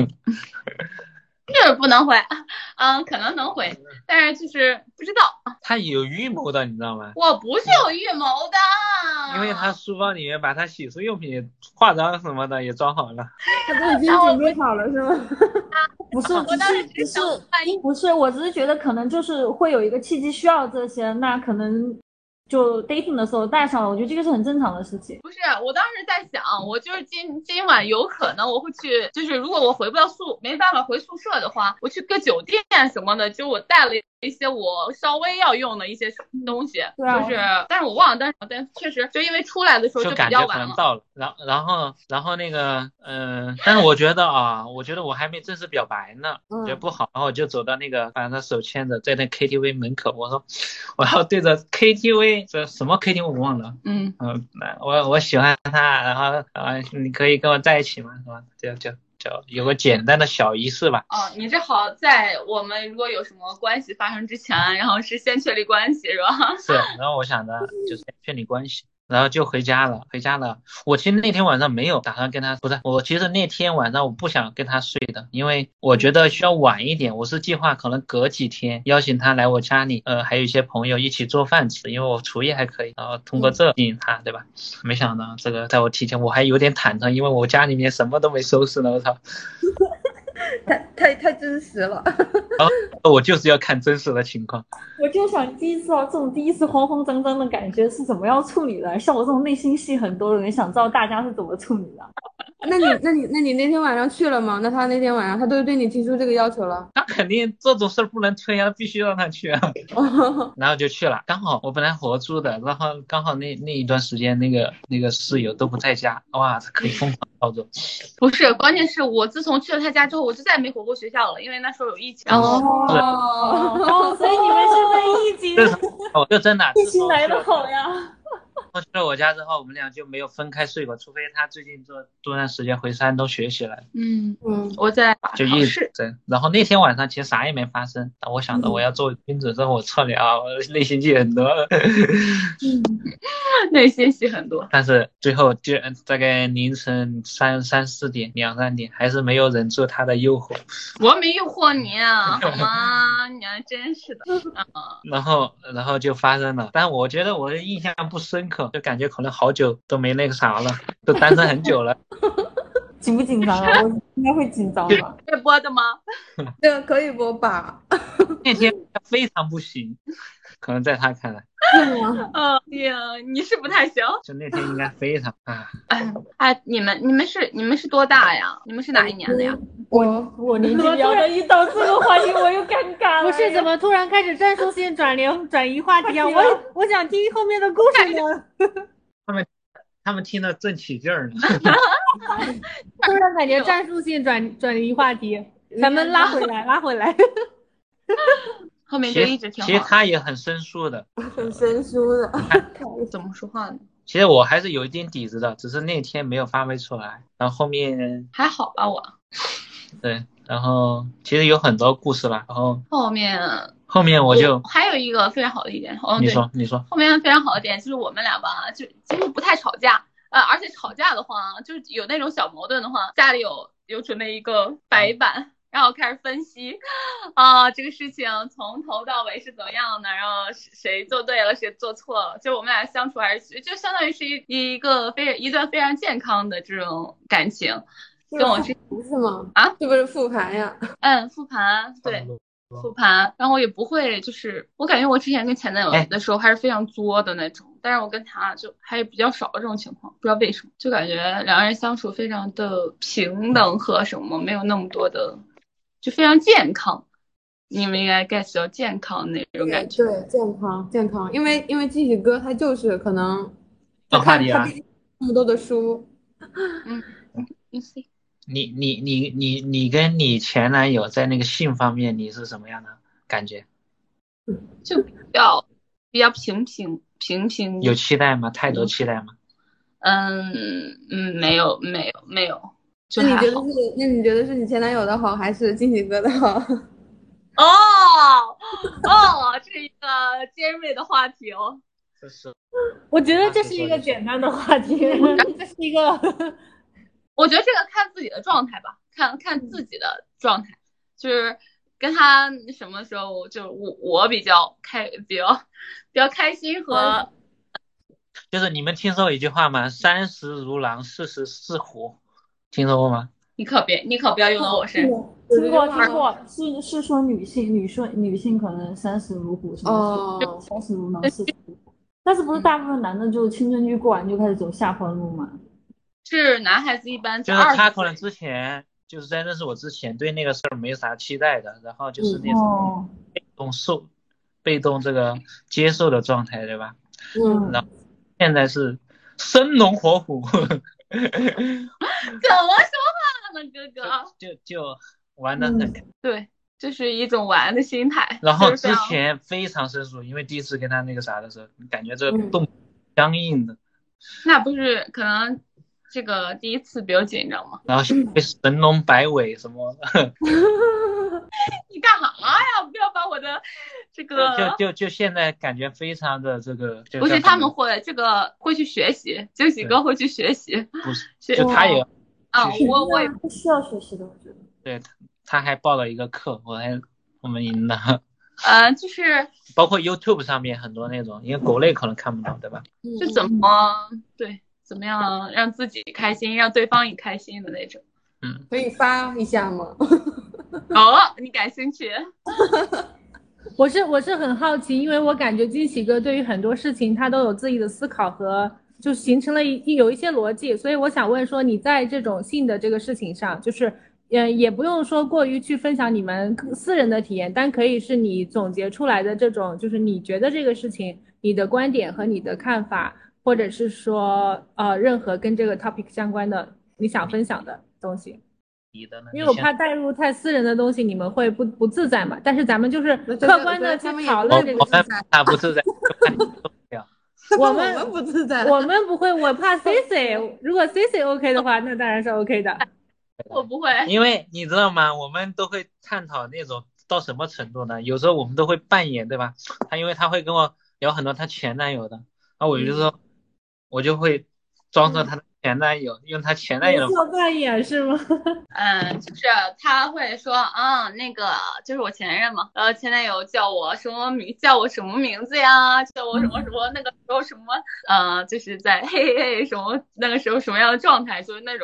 [SPEAKER 4] 就是不能回，可能能回，但是就是不知道。
[SPEAKER 3] 他有预谋的，你知道吗？
[SPEAKER 4] 我不是有预谋的，
[SPEAKER 3] 因为他书包里面把他洗漱用品、化妆什么的也装好了。
[SPEAKER 7] 他都已经准备好了是吗？
[SPEAKER 6] 不是，我只是觉得可能就是会有一个契机需要这些，那可能就 dating 的时候带上了，我觉得这个是很正常的事情。
[SPEAKER 4] 不是，我当时在想，我就是今晚有可能我会去，就是如果我没办法回宿舍的话，我去个酒店什么的，就我带了一些我稍微要用的一些东西，就是，但是我忘了，但确实就因为出来的时候就比较晚了，
[SPEAKER 3] 可能到了，然后那个，但是我觉得我还没正式表白呢，觉得不好，然后我就走到那个，反正他手牵着在那 KTV 门口，我说我要对着 KTV 这什么 KTV 我忘了，我喜欢他，然后你可以跟我在一起吗？是吧？就有个简单的小仪式吧。
[SPEAKER 4] 你这好在我们如果有什么关系发生之前，然后是先确立关系是吧？
[SPEAKER 3] 是，然后我想着就是确立关系，然后就回家了。我其实那天晚上没有打算跟他，不是，我其实那天晚上我不想跟他睡的，因为我觉得需要晚一点。我是计划可能隔几天邀请他来我家里，还有一些朋友一起做饭吃，因为我厨艺还可以，然后通过这吸引他，对吧？没想到这个在我提前，我还有点忐忑，因为我家里面什么都没收拾呢，我操！
[SPEAKER 7] 太真实了。
[SPEAKER 3] 然后我就是要看真实的情况。
[SPEAKER 6] 我就想第一次慌慌张张的感觉是怎么样处理的？像我这种内心戏很多的人，想知道大家是怎么处理的。
[SPEAKER 7] 那你那天晚上去了吗？那他那天晚上他都对你提出这个要求了？
[SPEAKER 3] 那肯定这种事不能推啊，必须让他去啊。然后就去了，刚好我本来合租的，然后刚好那一段时间那个室友都不在家，哇，可以疯狂操作。
[SPEAKER 4] 不是，关键是我自从去了他家之后，我就再也没回过学校了，因为那时候有疫情。
[SPEAKER 6] 所以你们是被疫情，
[SPEAKER 3] 就真的
[SPEAKER 6] 疫情来得好呀。
[SPEAKER 3] 去了我家之后，我们俩就没有分开睡过，除非他最近这段时间回山东学习了。
[SPEAKER 4] 我在
[SPEAKER 3] 就一直对。然后那天晚上其实啥也没发生，我想着我要做君子之后，我策略我内心戏很多。
[SPEAKER 4] 内心戏很多。
[SPEAKER 3] 但是最后就大概凌晨3、4点、2、3点，还是没有忍住他的诱惑。
[SPEAKER 4] 我没诱惑你啊，好吗？你还真是的。
[SPEAKER 3] 然后就发生了，但我觉得我的印象不深刻，就感觉可能好久都没那个啥了，都单身很久了。
[SPEAKER 6] 紧不紧张啊？我应该会紧张吧。
[SPEAKER 4] 可以播的吗？
[SPEAKER 7] 这个可以播吧。
[SPEAKER 3] 那天非常不行，可能在他看来。
[SPEAKER 7] 吗？
[SPEAKER 4] 呀，你是不太行。
[SPEAKER 3] 就那天应该非常
[SPEAKER 4] 你们是多大呀？你们是哪一年的呀？
[SPEAKER 6] 我年纪比较大，一到这个话题我又尴尬了。
[SPEAKER 2] 不是，怎么突然开始战术性转移话题啊？我想听后面的故事呢。
[SPEAKER 3] 他们听得正起劲儿呢。
[SPEAKER 2] 突然感觉战术性转移话题，咱们拉回来。
[SPEAKER 4] 后面就一直挺好。
[SPEAKER 3] 其实他也很生疏的，
[SPEAKER 7] 很生疏的。
[SPEAKER 4] 怎么说话呢？
[SPEAKER 3] 其实我还是有一点底子的，只是那天没有发挥出来。然后后面
[SPEAKER 4] 还好吧，我。
[SPEAKER 3] 对，然后其实有很多故事了。然后
[SPEAKER 4] 后面
[SPEAKER 3] 我就
[SPEAKER 4] 还有一个非常好的一点。
[SPEAKER 3] 你说。
[SPEAKER 4] 后面非常好的点就是我们俩吧，就几乎不太吵架。而且吵架的话，就是有那种小矛盾的话，家里有准备一个白板。然后开始分析，这个事情从头到尾是怎么样的，然后谁做对了，谁做错了，就我们俩相处还是就相当于是一段非常健康的这种感情。跟我
[SPEAKER 7] 不是吗？这不是复盘呀？
[SPEAKER 4] 复盘，对，复盘。然后也不会，就是我感觉我之前跟前男友的时候还是非常作的那种，但是我跟他就还是比较少这种情况，不知道为什么，就感觉两个人相处非常的平等和什么，没有那么多的。就非常健康，你们应该 get 到健康那种感觉。
[SPEAKER 7] 对，健康，因为惊喜哥他就是可能
[SPEAKER 3] 他看
[SPEAKER 7] 那么多的书。
[SPEAKER 3] 你跟你前男友在那个性方面你是什么样的感觉？
[SPEAKER 4] 就比较平平。
[SPEAKER 3] 有期待吗？太多期待吗？
[SPEAKER 4] 没有。
[SPEAKER 7] 那你觉得是你前男友的好，还是惊喜哥的好？
[SPEAKER 4] 这是一个尖锐的话题哦。
[SPEAKER 2] 我觉得这是一个简单的话题，这是一个。
[SPEAKER 4] 我觉得这个看自己的状态吧，看自己的状态，就是跟他什么时候，就我比较开心和。
[SPEAKER 3] 就是你们听说一句话吗？30如狼，40似虎，听说过吗？
[SPEAKER 4] 你可不要用到我身上。
[SPEAKER 6] 听过，是说女性可能30如虎，是不是？30如狼，40如虎。但是不是大部分男的就青春期过完就开始走下坡路吗？
[SPEAKER 4] 是男孩子一般
[SPEAKER 3] 就是他可能之前就是在认识我之前对那个事儿没啥期待的，然后就是那种被动这个接受的状态，对吧？然后现在是生龙活虎。怎么
[SPEAKER 4] 说话呢，哥哥？
[SPEAKER 3] 就玩得很开。
[SPEAKER 4] 对，就是一种玩的心态。
[SPEAKER 3] 然后之前非常生疏，因为第一次跟他那个啥的时候，感觉这个动僵硬的。
[SPEAKER 4] 那不是可能这个第一次比较紧张吗？
[SPEAKER 3] 然后被神龙摆尾什么。
[SPEAKER 4] 你干啥呀？不要把我的这个
[SPEAKER 3] 就现在感觉非常的这个。
[SPEAKER 4] 不是他们会去学习，惊喜哥会去学习。
[SPEAKER 3] 不是，就他也
[SPEAKER 4] 我也
[SPEAKER 6] 不需要学习的，我觉得。
[SPEAKER 3] 对，他还报了一个课，我们赢了。
[SPEAKER 4] 就是
[SPEAKER 3] 包括 YouTube 上面很多那种，因为国内可能看不到，对吧？
[SPEAKER 4] 就怎么样让自己开心，让对方也开心的那种。
[SPEAKER 7] 可以发一下吗？
[SPEAKER 4] 你感兴趣？
[SPEAKER 2] 我是很好奇，因为我感觉惊喜哥对于很多事情他都有自己的思考和就形成了有一些逻辑，所以我想问说，你在这种性的这个事情上，就是也不用说过于去分享你们私人的体验，但可以是你总结出来的这种，就是你觉得这个事情你的观点和你的看法，或者是说任何跟这个 topic 相关的你想分享的东西。因为我怕带入太私人的东西，你们会不自在嘛。但是咱们就是客观的去讨论这个事情。
[SPEAKER 3] 他不自在，
[SPEAKER 7] 我们不自在，
[SPEAKER 2] 我们不会。我怕 CC， 如果 CC OK 的话，那当然是 OK 的。
[SPEAKER 4] 我不会，
[SPEAKER 3] 因为你知道吗？我们都会探讨那种到什么程度呢？有时候我们都会扮演，对吧？因为他会跟我聊很多他前男友的，然后我就说，我就会装作他的前男友，用他前男友
[SPEAKER 2] 做扮演是吗？
[SPEAKER 4] 就是他会说那个就是我前任嘛，前男友叫我什么名字呀？叫我什么什么那个时候什么就是在嘿什么那个时候什么样的状态，就是那种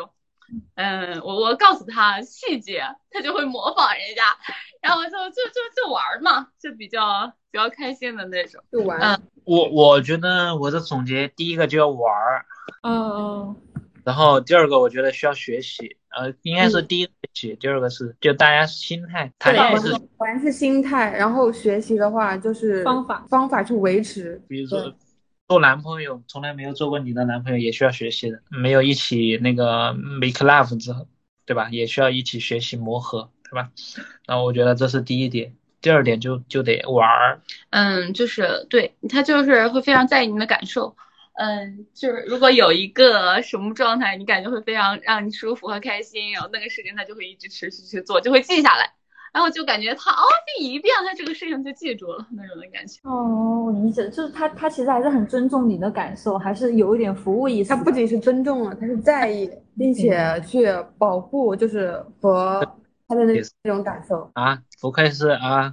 [SPEAKER 4] 我告诉他细节，他就会模仿人家，然后就玩嘛，就比较开心的那种。
[SPEAKER 7] 就玩。
[SPEAKER 3] 我觉得我的总结，第一个就要玩儿，然后第二个我觉得需要学习，应该是第一个学习，第二个是就大家心态，谈恋爱是
[SPEAKER 7] 玩是心态，然后学习的话就是方法去维持。
[SPEAKER 3] 比如说做男朋友，从来没有做过你的男朋友也需要学习的，没有一起那个 make love 之后，对吧？也需要一起学习磨合，对吧？然后我觉得这是第一点，第二点就得玩儿。
[SPEAKER 4] 就是对他就是会非常在意你的感受。就是如果有一个什么状态，你感觉会非常让你舒服和开心，然后那个事情他就会一直持续去做，就会记下来，然后就感觉他第一遍他这个事情就记住了那种的感觉。
[SPEAKER 6] 我理解，就是他其实还是很尊重你的感受，还是有一点服务意识。
[SPEAKER 7] 他不仅是尊重了，他是在意，并且去保护，就是和他的那种感受
[SPEAKER 3] 啊，不愧是啊，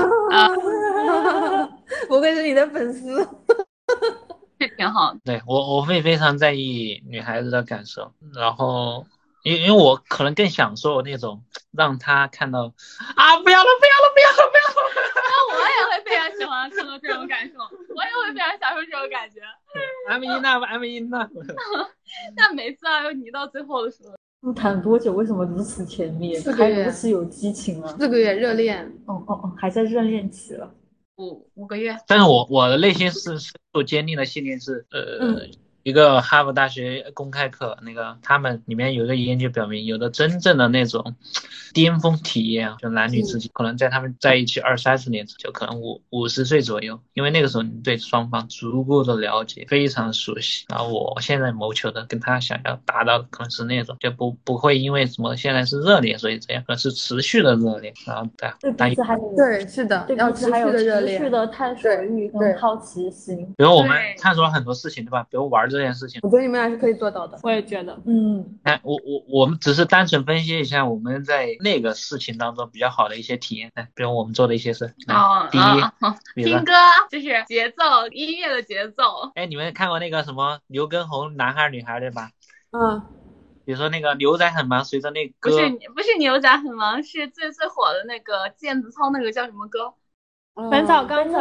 [SPEAKER 7] 不愧是你的粉丝。
[SPEAKER 4] 这挺好。
[SPEAKER 3] 对，我会非常在意女孩子的感受，然后因为我可能更享受那种让她看到不要了，
[SPEAKER 4] 那我也会非常喜欢看到这种感受，我也会非常享受这种感觉。
[SPEAKER 3] I'm enough。
[SPEAKER 4] 但每次你到最后的时候，
[SPEAKER 6] 谈多久？为什么如此甜蜜？还如此有激情啊
[SPEAKER 7] ！4个月热恋，
[SPEAKER 6] 还在热恋期了。
[SPEAKER 4] 5个月。
[SPEAKER 3] 但是我的内心是深度坚定的信念是，一个哈佛大学公开课，那个他们里面有一个研究表明，有的真正的那种巅峰体验，就男女之间可能在他们在一起20-30年，就可能50岁左右，因为那个时候你对双方足够的了解，非常熟悉。然后我现在谋求的跟他想要达到的可能是那种，就不会因为什么现在是热恋所以这样，可能是持续的热恋。然后
[SPEAKER 7] 对，是的，要持续的热恋，
[SPEAKER 6] 持续的探索欲跟好奇心。
[SPEAKER 3] 比如我们探索了很多事情，对吧？比如玩这件事情，
[SPEAKER 7] 我觉得你们俩是可以做到的。
[SPEAKER 2] 我也觉得，
[SPEAKER 3] 我们只是单纯分析一下我们在那个事情当中比较好的一些体验，比如我们做的一些事。第一，
[SPEAKER 4] 听歌就是节奏，音乐的节奏。
[SPEAKER 3] 你们看过那个什么刘畊宏男孩女孩对吧？比如说那个牛仔很忙，随着那歌
[SPEAKER 4] 不是牛仔很忙，是最火的那个毽子操那个叫什么歌？
[SPEAKER 2] 本草纲目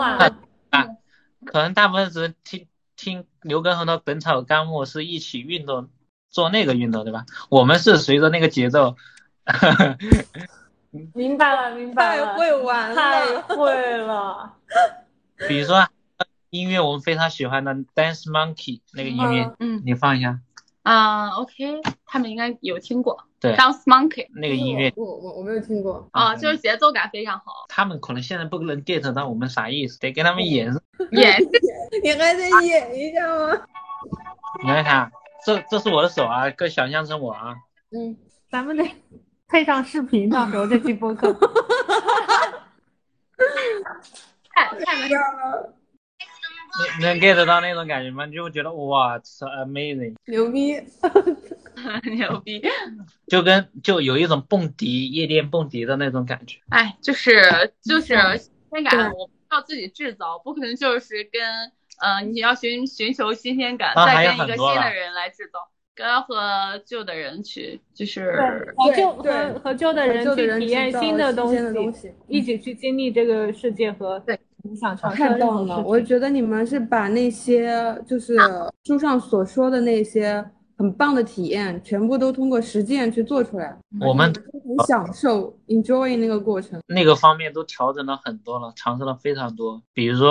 [SPEAKER 3] 可能大部分人听刘畊宏的《本草纲目》是一起运动做那个运动对吧？我们是随着那个节奏。
[SPEAKER 6] 明白了，
[SPEAKER 7] 太会玩了，
[SPEAKER 6] 太会了。
[SPEAKER 3] 比如说音乐，我们非常喜欢的 Dance Monkey 那个音乐，你放一下。
[SPEAKER 4] OK， 他们应该有听过。
[SPEAKER 3] 对
[SPEAKER 4] ，Dance Monkey
[SPEAKER 3] 那个音乐，
[SPEAKER 7] 我没有听过。
[SPEAKER 4] 就是节奏感非常好。
[SPEAKER 3] 他们可能现在不能 get 到我们啥意思，得跟他们演。
[SPEAKER 7] 你还得演一下吗？
[SPEAKER 3] 你看，这是我的手啊，可以想象成我啊。
[SPEAKER 2] 咱们得配上视频，到时候这期播客。
[SPEAKER 4] 太美了。
[SPEAKER 3] 你能 get 到那种感觉吗？你就会觉得哇，amazing，
[SPEAKER 7] 牛逼，
[SPEAKER 4] 牛逼，
[SPEAKER 3] 就有一种蹦迪夜店蹦迪的那种感觉。
[SPEAKER 4] 就是新鲜感，我不要自己制造，不可能就是跟你要寻求新鲜感，再跟一个新的人来制造，跟和旧的人去，就是
[SPEAKER 2] 和旧的人去体验新的东西，一起去经历这个世界和你想尝试的任何事情。
[SPEAKER 7] 我觉得你们是把那些就是书上所说的那些很棒的体验，全部都通过实践去做出来。
[SPEAKER 3] 我们
[SPEAKER 7] 很享受 enjoy 那个过程，
[SPEAKER 3] 那个方面都调整了很多了，尝试了非常多。比如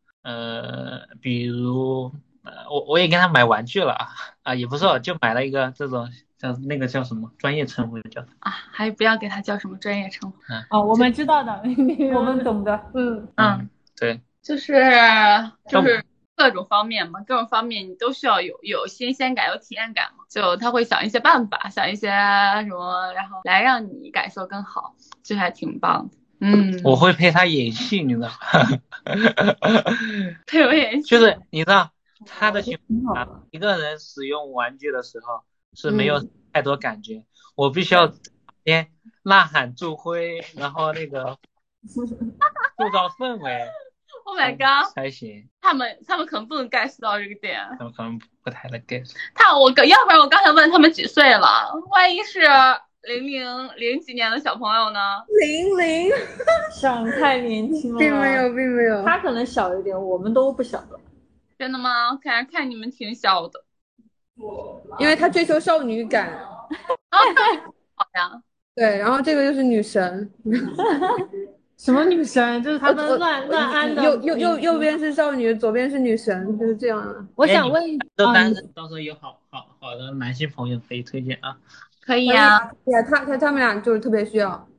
[SPEAKER 3] 我也跟他买玩具了也不是，就买了一个这种叫什么专业称呼叫
[SPEAKER 4] 还不要给他叫什么专业称呼。
[SPEAKER 2] 我们知道的，我们懂的。
[SPEAKER 3] 对，
[SPEAKER 4] 就是各种方面嘛，各种方面你都需要有新鲜感，有体验感嘛。就他会想一些办法，想一些什么，然后来让你感受更好，这还挺棒的。
[SPEAKER 3] 我会陪他演戏，你知道吗？
[SPEAKER 4] 陪我演戏，
[SPEAKER 3] 就是你知道他的情况，一个人使用玩具的时候是没有太多感觉，我必须要呐喊助威，然后那个塑造氛围，
[SPEAKER 4] Oh my god，
[SPEAKER 3] 才行，
[SPEAKER 4] 他们可能不能 get 到这个点。
[SPEAKER 3] 他们可能不太能 get。
[SPEAKER 4] 要不然我刚才问他们几岁了，万一是00几年的小朋友呢
[SPEAKER 7] 00，
[SPEAKER 6] 想太年轻了，
[SPEAKER 7] 并没有，
[SPEAKER 6] 他可能小一点，我们都不小了。
[SPEAKER 4] 真的吗？看你们挺小的，
[SPEAKER 7] 因为他追求少女感。
[SPEAKER 4] 好呀。
[SPEAKER 7] 对，然后这个就是女神。
[SPEAKER 2] 什么女神？就是他们乱安的。
[SPEAKER 7] 右边是少女，左边是女神，就是这样的。
[SPEAKER 2] 我想问，
[SPEAKER 3] 都单身，到时候有好的男性朋友可以推荐啊。
[SPEAKER 4] 可以啊，
[SPEAKER 7] 对，他们俩就是特别需要。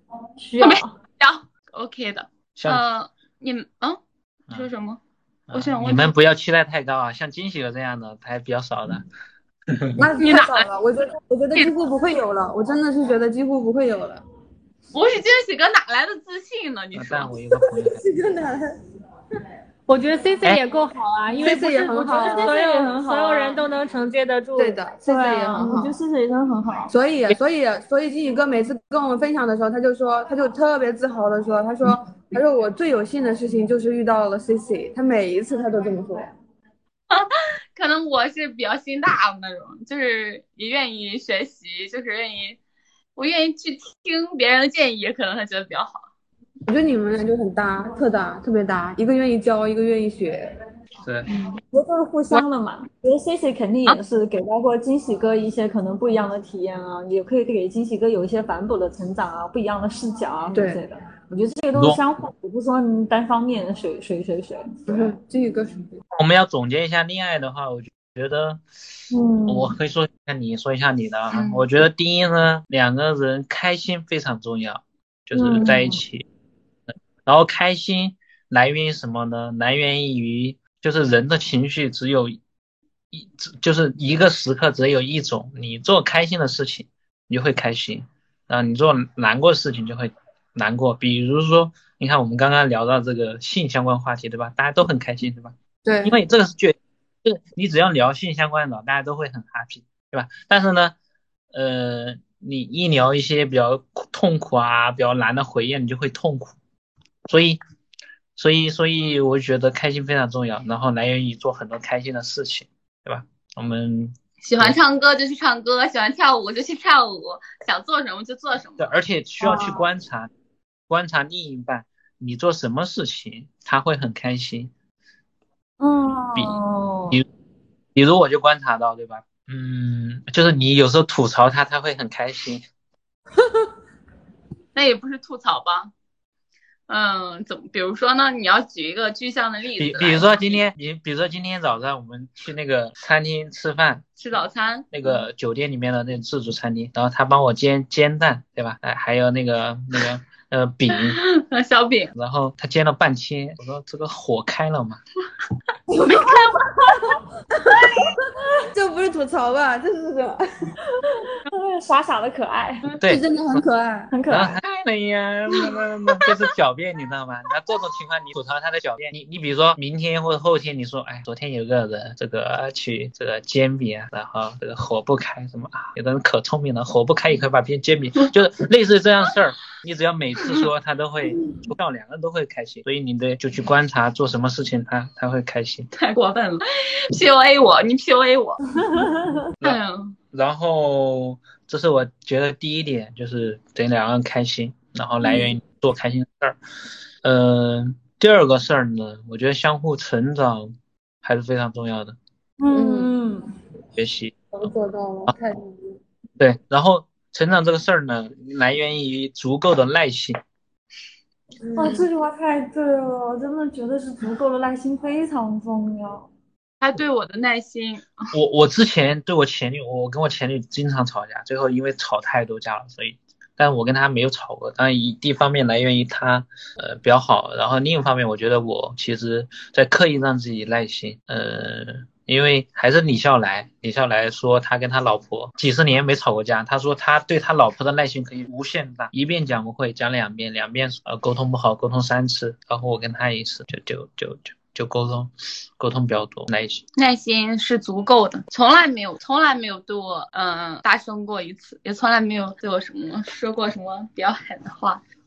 [SPEAKER 4] OK 的。你们你说什么？我想问
[SPEAKER 3] 你们不要期待太高啊，像惊喜哥这样的还比较少的。
[SPEAKER 7] 那太少了，我觉得几乎不会有了，我真的是觉得几乎不会有了。
[SPEAKER 4] 不是惊喜哥哪来的自信呢？你说。
[SPEAKER 3] 但我一个朋友。
[SPEAKER 7] 这个哪来？
[SPEAKER 2] 我觉得 CC 也够好啊，因为
[SPEAKER 7] CC 也很好，
[SPEAKER 2] 所有人都能承接得住。
[SPEAKER 7] 对的 ，CC 也很好，
[SPEAKER 6] 我觉得 CC 也真的很好。
[SPEAKER 7] 所以惊喜哥每次跟我们分享的时候，他就特别自豪的说，他说我最有幸的事情就是遇到了 CC， 他每一次他都这么说。
[SPEAKER 4] 可能我是比较心大的那种，就是也愿意学习，就是我愿意去听别人的建议，可能他觉得比较好。
[SPEAKER 7] 我觉得你们俩就很搭，特别搭，一个愿意教，一个愿意学。
[SPEAKER 3] 对，
[SPEAKER 6] 我觉得都是互相的嘛。我觉得 CC 肯定也是给到过惊喜哥一些可能不一样的体验啊，也可以给惊喜哥有一些反哺的成长啊，不一样的视角啊之类的。我觉得这个都是相互，我不说单方面的谁。
[SPEAKER 7] 这个
[SPEAKER 3] 我们要总结一下恋爱的话，我觉得，我可以说一下你，说一下你的啊。我觉得第一呢，两个人开心非常重要，就是在一起。然后开心来源于什么呢？来源于就是人的情绪就是一个时刻只有一种，你做开心的事情你就会开心，然后你做难过的事情就会难过。比如说你看我们刚刚聊到这个性相关话题，对吧？大家都很开心，对吧？
[SPEAKER 7] 对，
[SPEAKER 3] 因为这个是就是你只要聊性相关的，大家都会很 happy， 对吧？但是呢你一聊一些比较痛苦啊比较难的回忆，你就会痛苦。所以我觉得开心非常重要，然后来源于做很多开心的事情，对吧？我们
[SPEAKER 4] 喜欢唱歌就去唱歌，喜欢跳舞就去跳舞，想做什么就做什么。
[SPEAKER 3] 对，而且需要去观察另一半，你做什么事情他会很开心。比如我就观察到，对吧？就是你有时候吐槽他会很开心。
[SPEAKER 4] 那也不是吐槽吧？比如说呢？你要举一个具象的例子。
[SPEAKER 3] 比如说今天早上我们去那个餐厅吃饭，
[SPEAKER 4] 吃早餐，
[SPEAKER 3] 那个酒店里面的那个自助餐厅，然后他帮我煎蛋，对吧？还有那个饼，
[SPEAKER 4] 小饼，
[SPEAKER 3] 然后他煎了半天，我说这个火开了吗？
[SPEAKER 4] 我没开吗？
[SPEAKER 7] 这不是吐槽吧？这是什么？
[SPEAKER 6] 傻傻的可爱，
[SPEAKER 3] 对，
[SPEAKER 7] 真的很可爱，
[SPEAKER 6] 很可爱。
[SPEAKER 3] 开了呀，就是狡辩，你知道吗？那这种情况你吐槽他的狡辩，你比如说明天或者后天，你说昨天有个人这个去这个煎饼，然后这个火不开什么啊？有的人可聪明了，火不开也可以把煎饼，就是类似这样事儿，你只要每次说他都会，两个人都会开心，所以你就去观察做什么事情他会开心。
[SPEAKER 4] 太过分了 ，PUA 我，你 PUA 我。
[SPEAKER 3] 然后这是我觉得第一点，就是得两个人开心，然后来源于做开心的事儿。第二个事儿呢，我觉得相互成长还是非常重要的。学习
[SPEAKER 7] 我做到了，太努力。
[SPEAKER 3] 对，然后成长这个事儿呢，来源于足够的耐心。
[SPEAKER 6] 这句话太对了，真的觉得是足够的耐心非常重要。
[SPEAKER 4] 他对我的耐心，
[SPEAKER 3] 我之前对我前女，我跟我前女经常吵架，最后因为吵太多架了，但我跟他没有吵过。当然一方面来源于他比较好，然后另一方面我觉得我其实在刻意让自己耐心。因为还是李笑来说他跟他老婆几十年没吵过架，他说他对他老婆的耐心可以无限大，一遍讲不会讲两遍沟通不好沟通3次，然后我跟他一次就沟通比较多，
[SPEAKER 4] 耐心是足够的，从来没有对我大声过一次，也从来没有对我说过什么比较狠的话。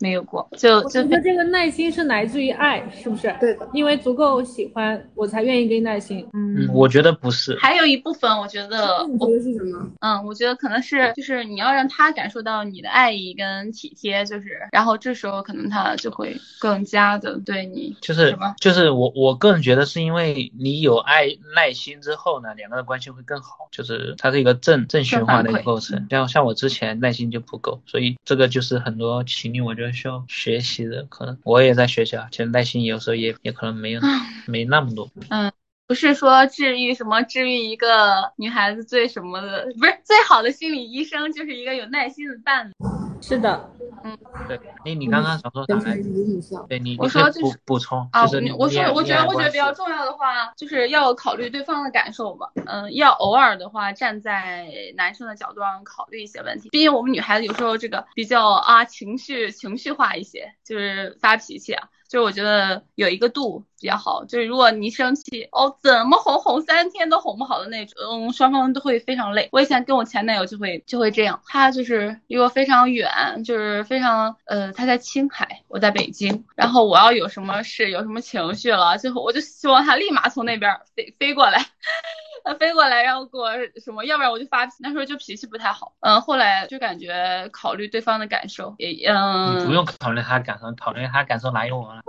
[SPEAKER 4] 没有过，就
[SPEAKER 2] 我觉得这个耐心是来自于爱，是不是？
[SPEAKER 7] 对的，
[SPEAKER 2] 因为足够喜欢，我才愿意给你耐心。
[SPEAKER 3] 我觉得不是。
[SPEAKER 4] 还有一部分，我觉得
[SPEAKER 7] 你觉得是什么？
[SPEAKER 4] 我觉得可能是就是你要让他感受到你的爱意跟体贴，就是然后这时候可能他就会更加的对你，
[SPEAKER 3] 就是我个人觉得是因为你有耐心之后呢，两个人关系会更好，就是它是一个正循环的一个过程。像我之前耐心就不够，所以这个就是很多情侣我觉得需要学习的，可能我也在学习啊，其实耐心有时候也可能没那么多。
[SPEAKER 4] 不是说治愈一个女孩子最什么的，不是最好的心理医生就是一个有耐心的伴侣。
[SPEAKER 2] 是的，
[SPEAKER 3] 对，你刚刚想说啥来着？对，你
[SPEAKER 4] 我说
[SPEAKER 3] 就是补充，就是
[SPEAKER 4] 我觉得比较重要的话，就是要考虑对方的感受吧。要偶尔的话站在男生的角度上考虑一些问题，毕竟我们女孩子有时候这个比较情绪化一些，就是发脾气啊。就是我觉得有一个度比较好，就是如果你生气怎么哄3天都哄不好的那种，双方都会非常累。我以前跟我前男友就会这样，他就是离我非常远，就是非常他在青海，我在北京，然后我要有什么事有什么情绪了，最后我就希望他立马从那边飞过来。飞过来，然后给我什么，要不然我就发脾气。那时候就脾气不太好，后来就感觉考虑对方的感受，
[SPEAKER 3] 你不用考虑他感受，考虑他感受哪有我了。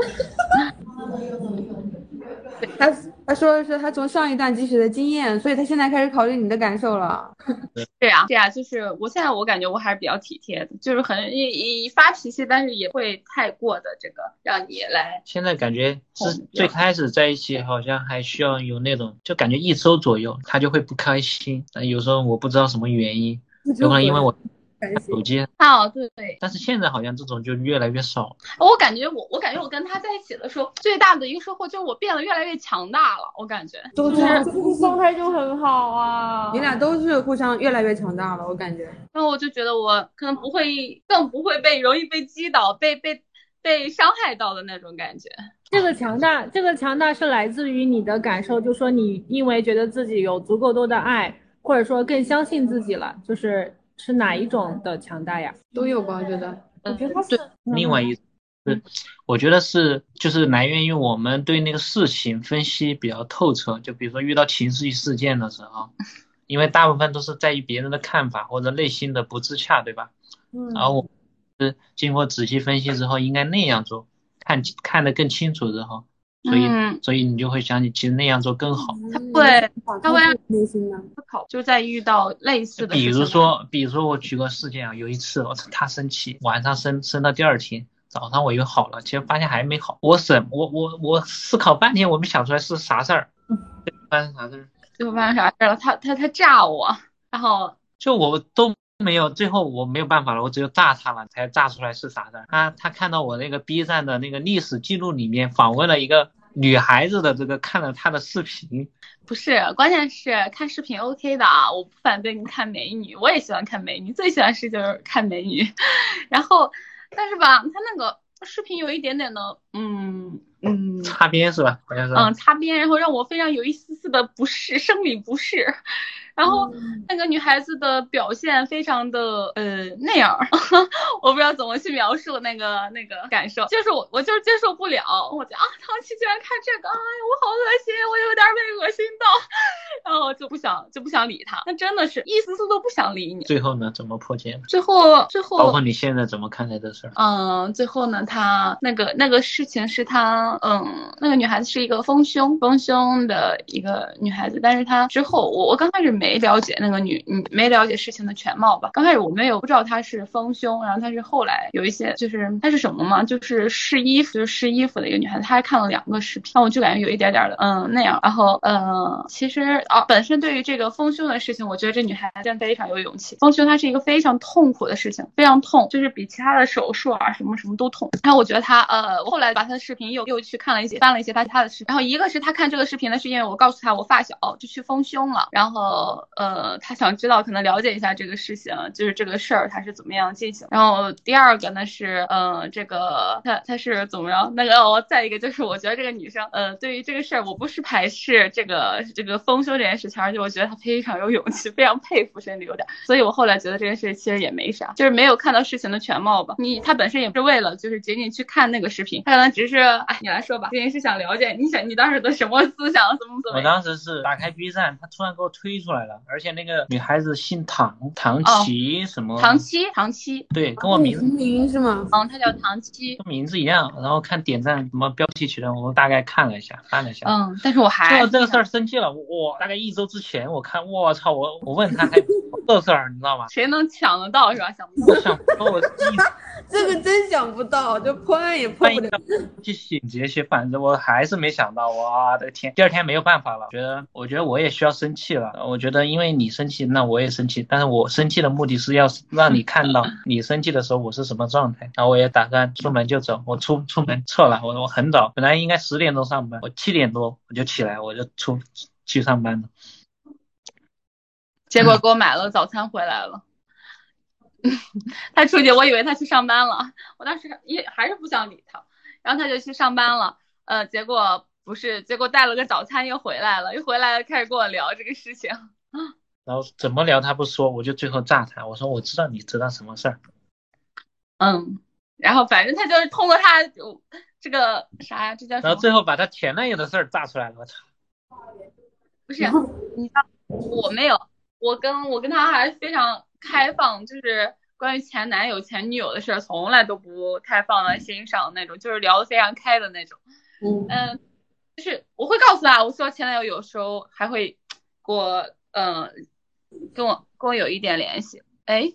[SPEAKER 7] 他说的是他从上一段汲取的经验，所以他现在开始考虑你的感受了。
[SPEAKER 4] 对啊，就是我感觉我还是比较体贴的，就是很一发脾气，但是也会太过的这个让你来。
[SPEAKER 3] 现在感觉是最开始在一起好像还需要有那种，就感觉1周左右他就会不开心，有时候我不知道什么原因，有可能因为我手机
[SPEAKER 4] 对，
[SPEAKER 3] 但是现在好像这种就越来越少。
[SPEAKER 4] 我感觉我跟他在一起的时候，最大的一个收获就是我变得越来越强大了。我感觉
[SPEAKER 6] 就是这个状态就很好啊，
[SPEAKER 7] 你俩都是互相越来越强大了，我感觉。
[SPEAKER 4] 然后我就觉得我可能更不会容易被击倒，被伤害到的那种感觉。
[SPEAKER 2] 这个强大是来自于你的感受，就说你因为觉得自己有足够多的爱，或者说更相信自己了，是哪一种的强大呀？
[SPEAKER 7] 都有吧，我觉得。
[SPEAKER 6] 我觉得他是
[SPEAKER 3] 另外一我觉得就是来源于我们对那个事情分析比较透彻，就比如说遇到情绪事件的时候，因为大部分都是在意别人的看法或者内心的不自洽，对吧？然后我是经过仔细分析之后应该那样做，看得更清楚之后，所以你就会想起其实那样做更好。
[SPEAKER 4] 他会内心的思考，就在遇到类似的事情。
[SPEAKER 3] 比如说我举个事件啊，有一次他生气，晚上生到第二天，早上我又好了，其实发现还没好。我思考半天，我没想出来是啥事儿。发生啥事儿？
[SPEAKER 4] 最后发生啥事了？他炸我，然后
[SPEAKER 3] 就我都没有，最后我没有办法了，我只有炸他了，才炸出来是啥事儿。他看到我那个 B 站的那个历史记录里面访问了一个女孩子的这个，看了她的视频。
[SPEAKER 4] 不是，关键是看视频 OK 的啊，我不反对你看美女，我也喜欢看美女，最喜欢是就是看美女。然后，但是吧，他那个视频有一点点的，
[SPEAKER 3] 擦边是吧？好像是。
[SPEAKER 4] 擦边，然后让我非常有一丝丝的不适，生理不适。然后那个女孩子的表现非常的那样，我不知道怎么去描述那个感受，就是我就是接受不了，我觉得唐琪居然看这个，哎呀，我好恶心，我有点被恶心到，然后就不想理他，那真的是一丝丝都不想理你。
[SPEAKER 3] 最后呢，怎么破解？
[SPEAKER 4] 最后
[SPEAKER 3] 包括你现在怎么看待这事
[SPEAKER 4] 儿？最后呢，他那个事情是他那个女孩子是一个丰胸的一个女孩子，但是她之后我刚开始没了解那个没了解事情的全貌吧。刚开始我不知道她是丰胸，然后她是后来有一些就是她是什么嘛，就是试衣服的一个女孩子，她还看了2个视频，那我就感觉有一点点的那样。然后其实本身对于这个丰胸的事情，我觉得这女孩子真的非常有勇气。丰胸它是一个非常痛苦的事情，非常痛，就是比其他的手术啊什么都痛。然后我觉得她我后来把她的视频又去看了一些，翻了一些她的视频。然后一个是她看这个视频呢，是因为我告诉她我发小就去丰胸了，然后他想知道可能了解一下这个事情，就是这个事儿他是怎么样进行。然后第二个呢是这个他是怎么着那个再一个就是我觉得这个女生对于这个事儿我不是排斥这个丰胸这件件事情，而且我觉得他非常有勇气，非常佩服，甚至有点。所以我后来觉得这件事其实也没啥，就是没有看到事情的全貌吧。他本身也不是为了就是仅仅去看那个视频，他可能只是你来说吧，仅仅是想了解你当时的什么思想，怎么
[SPEAKER 3] 我当时是打开 B 站，他突然给我推出来了，而且那个女孩子姓唐琪什么？唐七，对，跟我名字
[SPEAKER 7] 是吗？
[SPEAKER 4] 她叫唐七，
[SPEAKER 3] 跟名字一样。然后看点赞什么标题取的，我大概看了一下，翻了一下。
[SPEAKER 4] 但是我还
[SPEAKER 3] 就这个事儿生气了。我大概1周之前我看，我操，我问他还这事儿，你知道吗？
[SPEAKER 4] 谁能抢得到是吧？想不到，
[SPEAKER 3] 我想不到，我
[SPEAKER 7] 这个真想不到，就破案也破不了。
[SPEAKER 3] 去醒节去，反正我还是没想到，我的天！第二天没有办法了，我觉得我也需要生气了。我觉得因为你生气，那我也生气，但是我生气的目的是要让你看到你生气的时候我是什么状态。然后我也打算出门就走，我出门撤了，我很早，本来应该10点钟上班，我7点多我就起来，我就去上班了。
[SPEAKER 4] 结果给我买了早餐回来了。他出去，我以为他去上班了，我当时也还是不想理他，然后他就去上班了。结果不是，结果带了个早餐又回来了，开始跟我聊这个事情。
[SPEAKER 3] 然后怎么聊他不说，我就最后炸他，我说我知道你知道什么事儿。
[SPEAKER 4] 然后反正他就是通过他这个啥呀，这叫什么？
[SPEAKER 3] 然后最后把他前男友的事儿炸出来了，我操！
[SPEAKER 4] 不是，你知道我没有，我跟他还是非常开放，就是关于前男友前女友的事从来都不太放在心上那种，就是聊得非常开的那种。就是我会告诉他，我说前男友有时候还会跟我有一点联系。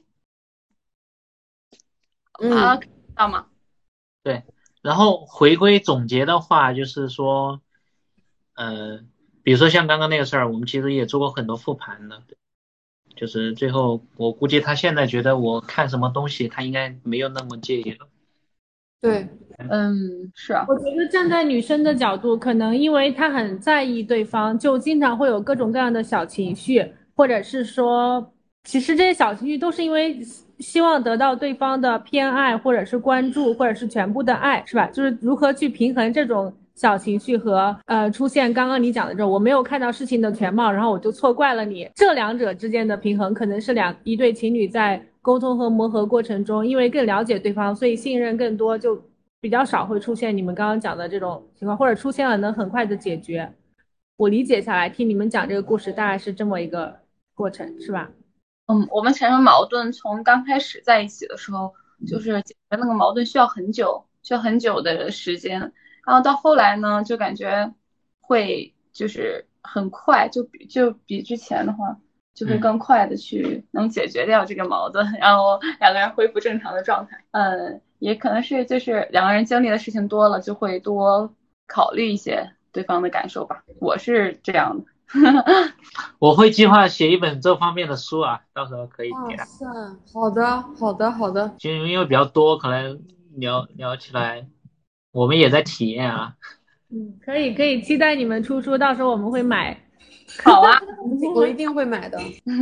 [SPEAKER 4] 看到吗？
[SPEAKER 3] 对，然后回归总结的话，就是说，比如说像刚刚那个事儿，我们其实也做过很多复盘的，就是最后我估计他现在觉得我看什么东西，他应该没有那么介意了。
[SPEAKER 7] 对，
[SPEAKER 4] 是啊。
[SPEAKER 2] 我觉得站在女生的角度，可能因为她很在意对方，就经常会有各种各样的小情绪，或者是说，其实这些小情绪都是因为希望得到对方的偏爱，或者是关注，或者是全部的爱，是吧？就是如何去平衡这种小情绪和出现刚刚你讲的这种我没有看到事情的全貌，然后我就错怪了你，这两者之间的平衡可能是一对情侣在沟通和磨合过程中，因为更了解对方，所以信任更多，就比较少会出现你们刚刚讲的这种情况，或者出现了能很快的解决。我理解下来，听你们讲这个故事大概是这么一个过程，是吧？
[SPEAKER 4] 我们产生矛盾从刚开始在一起的时候，就是解决那个矛盾需要很久的时间，然后到后来呢，就感觉会就是很快，就比之前的话就会更快的去能解决掉这个矛盾，然后两个人恢复正常的状态。也可能是就是两个人经历的事情多了，就会多考虑一些对方的感受吧，我是这样的。
[SPEAKER 3] 我会计划写一本这方面的书啊，到时候可以给他。
[SPEAKER 7] 好的。
[SPEAKER 3] 就因为比较多，可能聊起来，我们也在体验啊。
[SPEAKER 2] 可以期待你们出书，到时候我们会买。
[SPEAKER 4] 好啊，
[SPEAKER 7] 我一定会买的。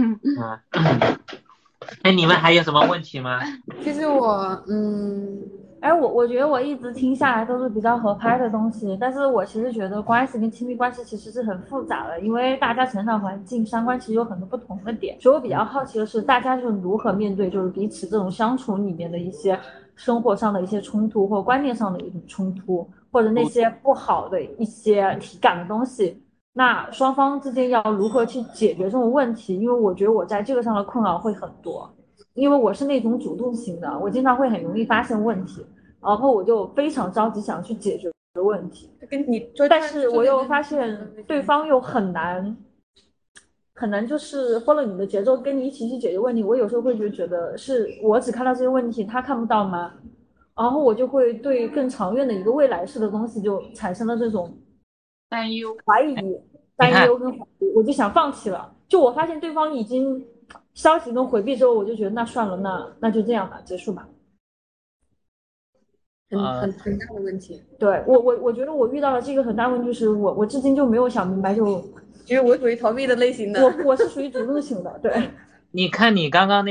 [SPEAKER 3] 你们还有什么问题吗？
[SPEAKER 7] 其实我
[SPEAKER 6] 我觉得我一直听下来都是比较合拍的东西，但是我其实觉得关系跟亲密关系其实是很复杂的，因为大家成长环境、三观其实有很多不同的点。所以我比较好奇的是，大家就是如何面对就是彼此这种相处里面的一些生活上的一些冲突，或观念上的一种冲突，或者那些不好的一些体感的东西。那双方之间要如何去解决这种问题？因为我觉得我在这个上的困扰会很多，因为我是那种主动型的，我经常会很容易发现问题，然后我就非常着急想去解决问题。但是我又发现对方又很难就是 follow 你的节奏，跟你一起去解决问题。我有时候会觉得是我只看到这些问题，他看不到吗？然后我就会对更长远的一个未来式的东西就产生了这种
[SPEAKER 4] 担忧
[SPEAKER 6] 跟怀疑，我就想放弃了。就我发现对方已经消极跟回避之后，我就觉得那算了，那就这样吧，结束吧。
[SPEAKER 7] 很大的问题。
[SPEAKER 6] 对，我觉得我遇到了这个很大问题，就是我至今就没有想明白，就
[SPEAKER 7] 因为我属于逃避的类型的。
[SPEAKER 6] 我是属于主动型的，对。
[SPEAKER 3] 你看你刚刚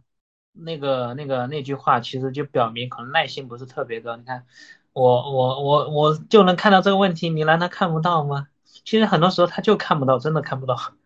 [SPEAKER 3] 那句话，其实就表明可能耐心不是特别高。你看我就能看到这个问题，你难道看不到吗？其实很多时候他就看不到，真的看不到。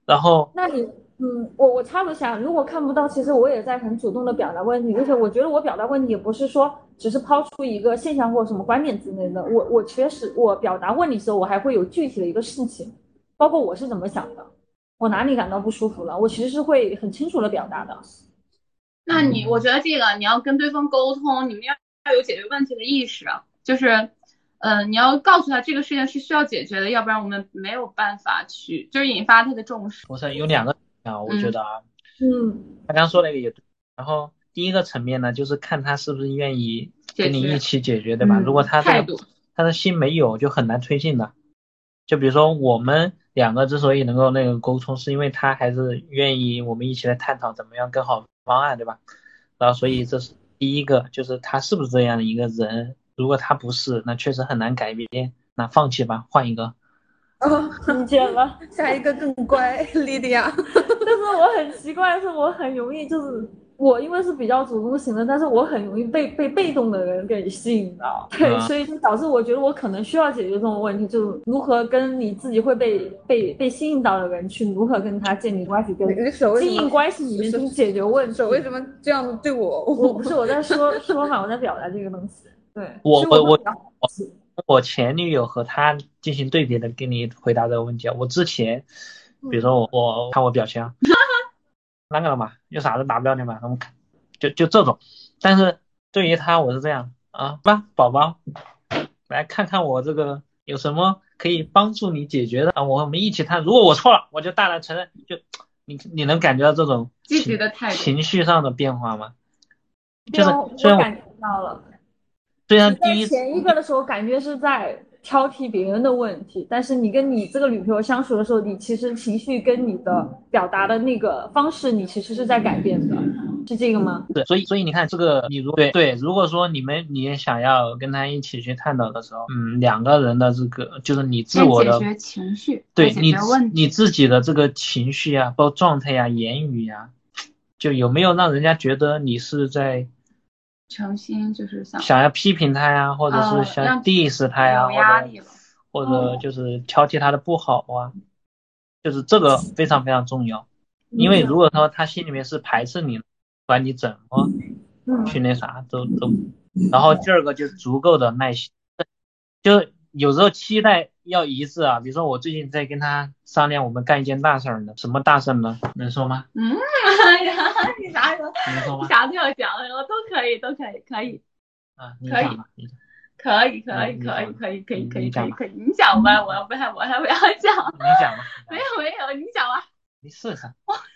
[SPEAKER 3] 然后
[SPEAKER 6] 那你，我插不下，如果看不到，其实我也在很主动的表达问题，而且我觉得我表达问题也不是说只是抛出一个现象或什么观点之类的，我确实我表达问题的时候，我还会有具体的一个事情，包括我是怎么想的，我哪里感到不舒服了，我其实是会很清楚的表达的。
[SPEAKER 4] 那我觉得这个你要跟对方沟通，你们要有解决问题的意识，就是，你要告诉他这个事情是需要解决的，要不然我们没有办法去，就是引发他的重视。
[SPEAKER 3] 不是有2个啊，我觉得啊，他刚说那个也对。然后第一个层面呢，就是看他是不是愿意跟你一起解决，对吧？如果他他的心没有，就很难推进的。就比如说我们2个之所以能够那个沟通，是因为他还是愿意我们一起来探讨怎么样更好方案，对吧？然后所以这是第一个，就是他是不是这样的一个人。如果他不是，那确实很难改变，那放弃吧，换一个。
[SPEAKER 6] 理解了，
[SPEAKER 7] 下一个更乖，Lydia。
[SPEAKER 6] 但是我很奇怪，是我很容易就是我因为是比较主动型的，但是我很容易被被动的人给吸引到，对，所以就导致我觉得我可能需要解决这种问题，就是如何跟你自己会被吸引到的人去如何跟他建立关系，跟经营关系里面去解决问题。
[SPEAKER 7] 为什么这样对我？
[SPEAKER 6] 我不是我在说嘛，我在表达这个东西。对，
[SPEAKER 3] 我前女友和她进行对比的给你回答这个问题啊。我之前，比如说我看我表情啊，那个了嘛，有啥子大不了的嘛，我们看，就这种。但是对于她，我是这样啊，宝宝，来看看我这个有什么可以帮助你解决的啊，我们一起谈。如果我错了，我就大胆承认。就你能感觉到这种
[SPEAKER 4] 积极的态度、
[SPEAKER 3] 情绪上的变化吗？
[SPEAKER 6] 就是虽然我感觉到了。
[SPEAKER 3] 虽然第一
[SPEAKER 6] 前一个的时候感觉是在挑剔别人的问题，但是你跟你这个女朋友相处的时候，你其实情绪跟你的表达的那个方式，你其实是在改变的，是这个吗？
[SPEAKER 3] 对，所以你看这个，你如果说你想要跟他一起去探讨的时候，2个人的这个就是你自我的
[SPEAKER 4] 解决情绪，
[SPEAKER 3] 对你自己的这个情绪啊，包括状态呀、言语呀，就有没有让人家觉得你是在
[SPEAKER 4] 诚心就是
[SPEAKER 3] 想要批评他呀，或者是想 diss 他呀，或者就是挑剔他的不好啊，就是这个非常非常重要。因为如果说他心里面是排斥你，不管你怎么去那啥都。然后第二个就是足够的耐心，就有时候期待要一致啊。比如说我最近在跟他商量我们干一件大事呢，什么大事呢？能说吗？
[SPEAKER 4] 哎呀，你啥说？
[SPEAKER 3] 能说吗？
[SPEAKER 4] 你啥都要讲，我都可以
[SPEAKER 3] 啊，你讲吧，
[SPEAKER 4] 可以，你讲吧，我还不要讲。
[SPEAKER 3] 你讲吧。
[SPEAKER 4] 没有，你讲吧。
[SPEAKER 3] 你试试。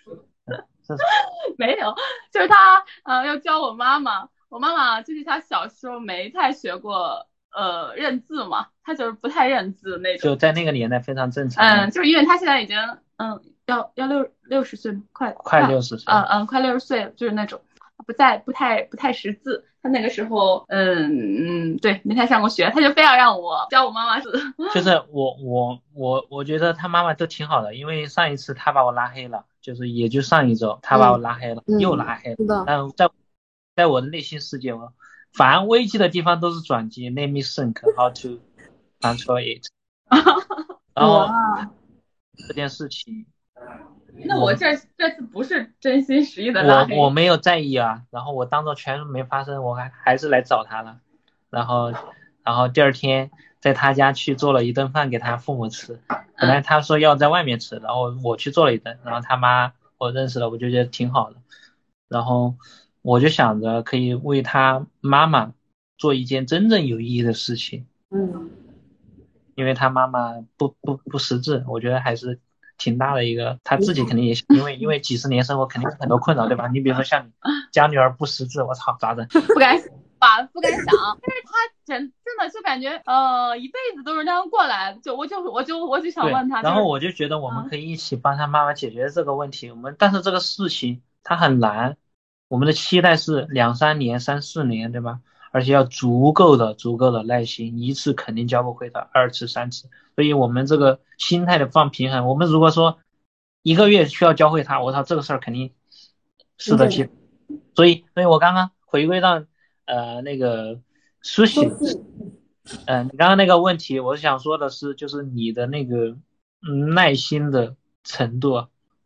[SPEAKER 4] 没有，就是他要教我妈妈。我妈妈就是她小时候没太学过认字嘛，她就是不太认字那种。
[SPEAKER 3] 就在那个年代非常正常。
[SPEAKER 4] 就是因为她现在已经要60岁，快
[SPEAKER 3] 60岁。
[SPEAKER 4] 快60岁了，就是那种不太识字。他那个时候对，没太上过学，他就非要让我教我妈妈字。
[SPEAKER 3] 就是我觉得他妈妈都挺好的，因为上一次他把我拉黑了，就是也就上一周他把我拉黑了，又拉黑了。但在我的内心世界，凡危机的地方都是转机 ，Let me think how to control it。然后这件事情，
[SPEAKER 4] 那我这次不是真心实意的拉黑，
[SPEAKER 3] 我没有在意啊，然后我当做全没发生，我还是来找他了，然后第二天在他家去做了一顿饭给他父母吃，本来他说要在外面吃，然后我去做了一顿，然后他妈我认识了，我就觉得挺好的，然后我就想着可以为他妈妈做一件真正有意义的事情，因为他妈妈不识字，我觉得还是挺大的一个，他自己肯定也因为几十年生活肯定很多困扰，对吧？你比如说像你家女儿不识字，我操，咋整？
[SPEAKER 4] 不敢想，但是他真的就感觉一辈子都是这样过来的，我就想问他，
[SPEAKER 3] 然后我就觉得我们可以一起帮他妈妈解决这个问题，但是这个事情它很难，我们的期待是2、3年、3、4年，对吧？而且要足够的耐心，一次肯定教不会的，2次、3次，所以我们这个心态的放平衡。我们如果说1个月需要教会他，我操，这个事儿肯定适得其反。所以我刚刚回归到那个苏西，你刚刚那个问题，我想说的是，就是你的那个耐心的程度，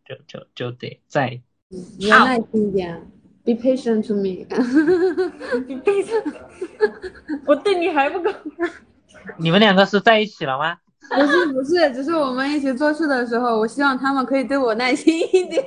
[SPEAKER 3] 就得在。
[SPEAKER 7] 你要耐心一点。Be patient to me 。
[SPEAKER 6] Be patient。我对你还不够。
[SPEAKER 3] 你们两个是在一起了吗？
[SPEAKER 7] 不是，只是我们一起做事的时候，我希望他们可以对我耐心一点。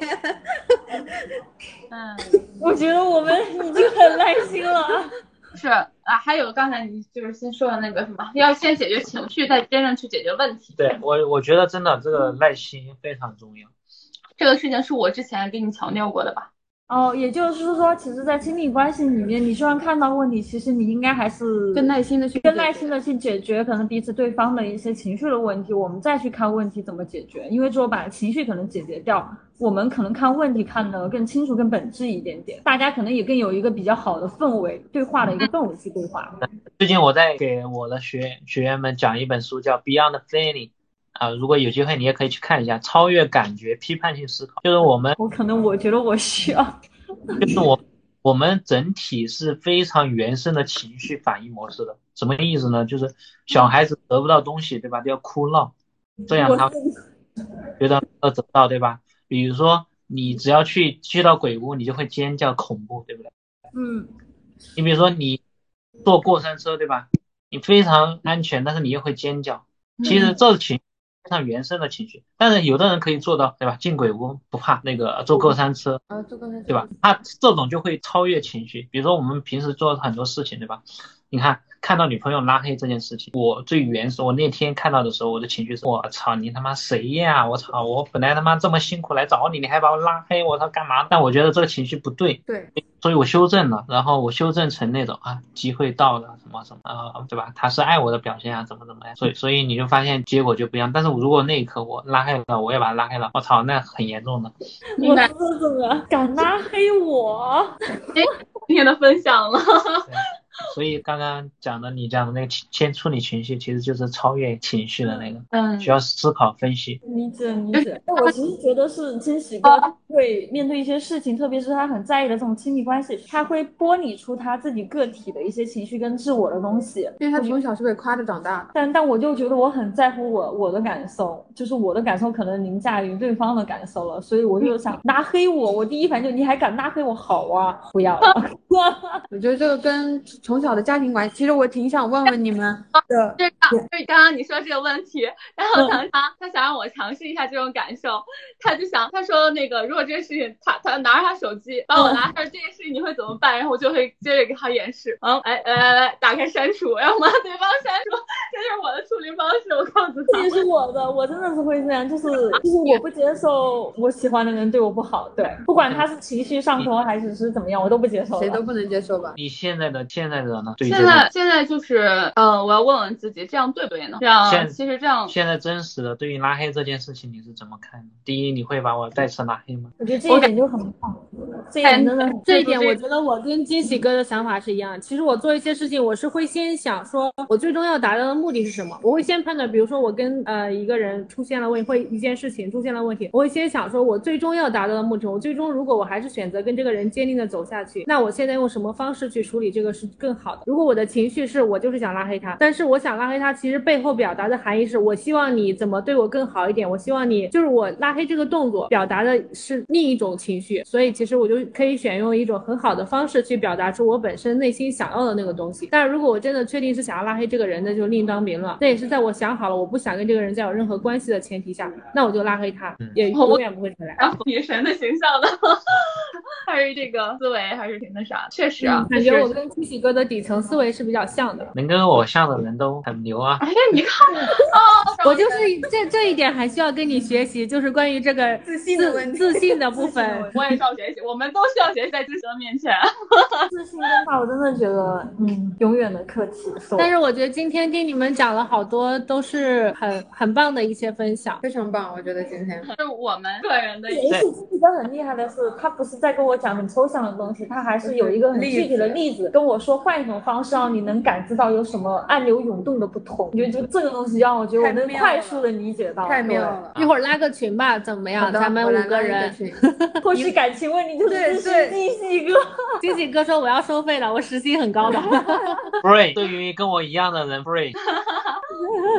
[SPEAKER 6] 我觉得我们已经很耐心了。
[SPEAKER 4] 是啊，还有刚才你就是先说的那个什么，要先解决情绪，再真正去解决问题。
[SPEAKER 3] 对，我觉得真的这个耐心非常重要。
[SPEAKER 4] 这个事情是我之前给你强调过的吧？
[SPEAKER 6] 哦，也就是说，其实，在亲密关系里面，你虽然看到问题，其实你应该还是
[SPEAKER 7] 更耐心的去
[SPEAKER 6] 解决可能彼此对方的一些情绪的问题，我们再去看问题怎么解决。因为只有把情绪可能解决掉，我们可能看问题看得更清楚、更本质一点点，大家可能也更有一个比较好的氛围，对话的一个氛围去对话。
[SPEAKER 3] 最近我在给我的学员们讲一本书，叫《Beyond Feeling》。如果有机会你也可以去看一下，超越感觉，批判性思考。就是我
[SPEAKER 6] 觉得我需要，
[SPEAKER 3] 就是我们整体是非常原生的情绪反应模式的。什么意思呢？就是小孩子得不到东西，对吧？就要哭闹，这样他觉得得不到，对吧？比如说你只要去到鬼屋，你就会尖叫恐怖，对不对？你比如说你坐过山车，对吧？你非常安全，但是你又会尖叫。其实这情绪非常原生的情绪，但是有的人可以做到，对吧？进鬼屋不怕，那个坐过山车，对吧？他这种就会超越情绪。比如说我们平时做很多事情，对吧？你看到女朋友拉黑这件事情，我最原始，我那天看到的时候，我的情绪是我操你他妈谁呀，我操，我本来他妈这么辛苦来找你，你还把我拉黑，我操干嘛？但我觉得这个情绪不对，所以我修正了，然后我修正成那种机会到了什么什么对吧？他是爱我的表现怎么样，所以你就发现结果就不一样。但是如果那一刻我拉黑了，我也把他拉黑了，我操，那很严重的。
[SPEAKER 6] 我说怎么敢拉黑我？
[SPEAKER 4] 今天的分享了。
[SPEAKER 3] 所以刚刚你讲的那个先处理情绪，其实就是超越情绪的那个，需要思考分析。
[SPEAKER 6] 理解。我其实觉得是惊喜哥会面对一些事情，特别是他很在意的这种亲密关系，他会剥离出他自己个体的一些情绪跟自我的东西，
[SPEAKER 7] 因为他从小是被夸着长大
[SPEAKER 6] 的。但我就觉得我很在乎我的感受，就是我的感受可能凌驾于对方的感受了，所以我就想拉黑我第一反应就你还敢拉黑我，好啊，不要了。
[SPEAKER 7] 我觉得这个跟从小的家庭关系，其实我挺想问问你们的。
[SPEAKER 4] 就是刚刚你说这个问题，然后他想让我尝试一下这种感受，他说那个如果这件事情他拿着他手机把我拿着这件事情你会怎么办？然后我就会接着给他演示，来打开删除，然后把对方删除，这就是我的处理方式。我告诉他，
[SPEAKER 6] 这也是我的，我真的是会这样，就是我不接受我喜欢的人对我不好，对，不管他是情绪上头还是怎么样，我都不接受，
[SPEAKER 7] 谁都不能接受吧？
[SPEAKER 3] 你现在的呢？
[SPEAKER 4] 现在就是我要问问自己，这样对不对呢？这样其实这样
[SPEAKER 3] 现在真实的对于拉黑这件事情你是怎么看的？第一，你会把我再次拉黑吗？
[SPEAKER 6] 我觉得这一点就很棒，这一点真的，
[SPEAKER 2] 这一点我觉得我跟惊喜哥的想法是一样的。其实我做一些事情，我是会先想说我最终要达到的目的是什么，我会先判断，比如说我跟一个人出现了问题，或一件事情出现了问题，我会先想说我最终要达到的目的，我最终如果我还是选择跟这个人坚定的走下去，那我现在用什么方式去处理这个是更好的。如果我的情绪是我就是想拉黑他，但是我想拉黑他其实背后表达的含义是我希望你怎么对我更好一点，我希望你就是我拉黑这个动作表达的是另一种情绪，所以其实我就可以选用一种很好的方式去表达出我本身内心想要的那个东西。但如果我真的确定是想要拉黑这个人，那就另当别论了，那也是在我想好了我不想跟这个人再有任何关系的前提下，那我就拉黑他，也永远不会回来。
[SPEAKER 4] 女神的形象的还是这个思维还是挺那啥，确实
[SPEAKER 2] 感觉我跟惊喜哥的底层思维是比较像的，
[SPEAKER 3] 能跟我像的人都很牛啊。
[SPEAKER 4] 哎呀，你看
[SPEAKER 2] 我就是这一点还需要跟你学习，就是关于这个自信的部分
[SPEAKER 4] 我也需要学习，我们都需要学习在知识的面前。
[SPEAKER 6] 自信的话我真的觉得永远的课题。
[SPEAKER 2] 但是我觉得今天听你们讲了好多都是很棒的一些分享，
[SPEAKER 7] 非常棒。我觉得今天
[SPEAKER 4] 是我们个人的
[SPEAKER 6] 一些比较很厉害的是他不是在跟我讲很抽象的东西，他还是有一个很具体的例子跟我说，换一种方式让你能感知到有什么暗流涌动的不同。我觉得就这个东西让我觉得我能快速的理解到，
[SPEAKER 7] 太妙了。
[SPEAKER 2] 一会儿拉个群吧，怎么样？咱们5个人
[SPEAKER 6] 或许感情问题就是惊喜哥。
[SPEAKER 2] 惊喜哥说我要收费了，我时薪很高的。
[SPEAKER 3] Free 对于跟我一样的人 free。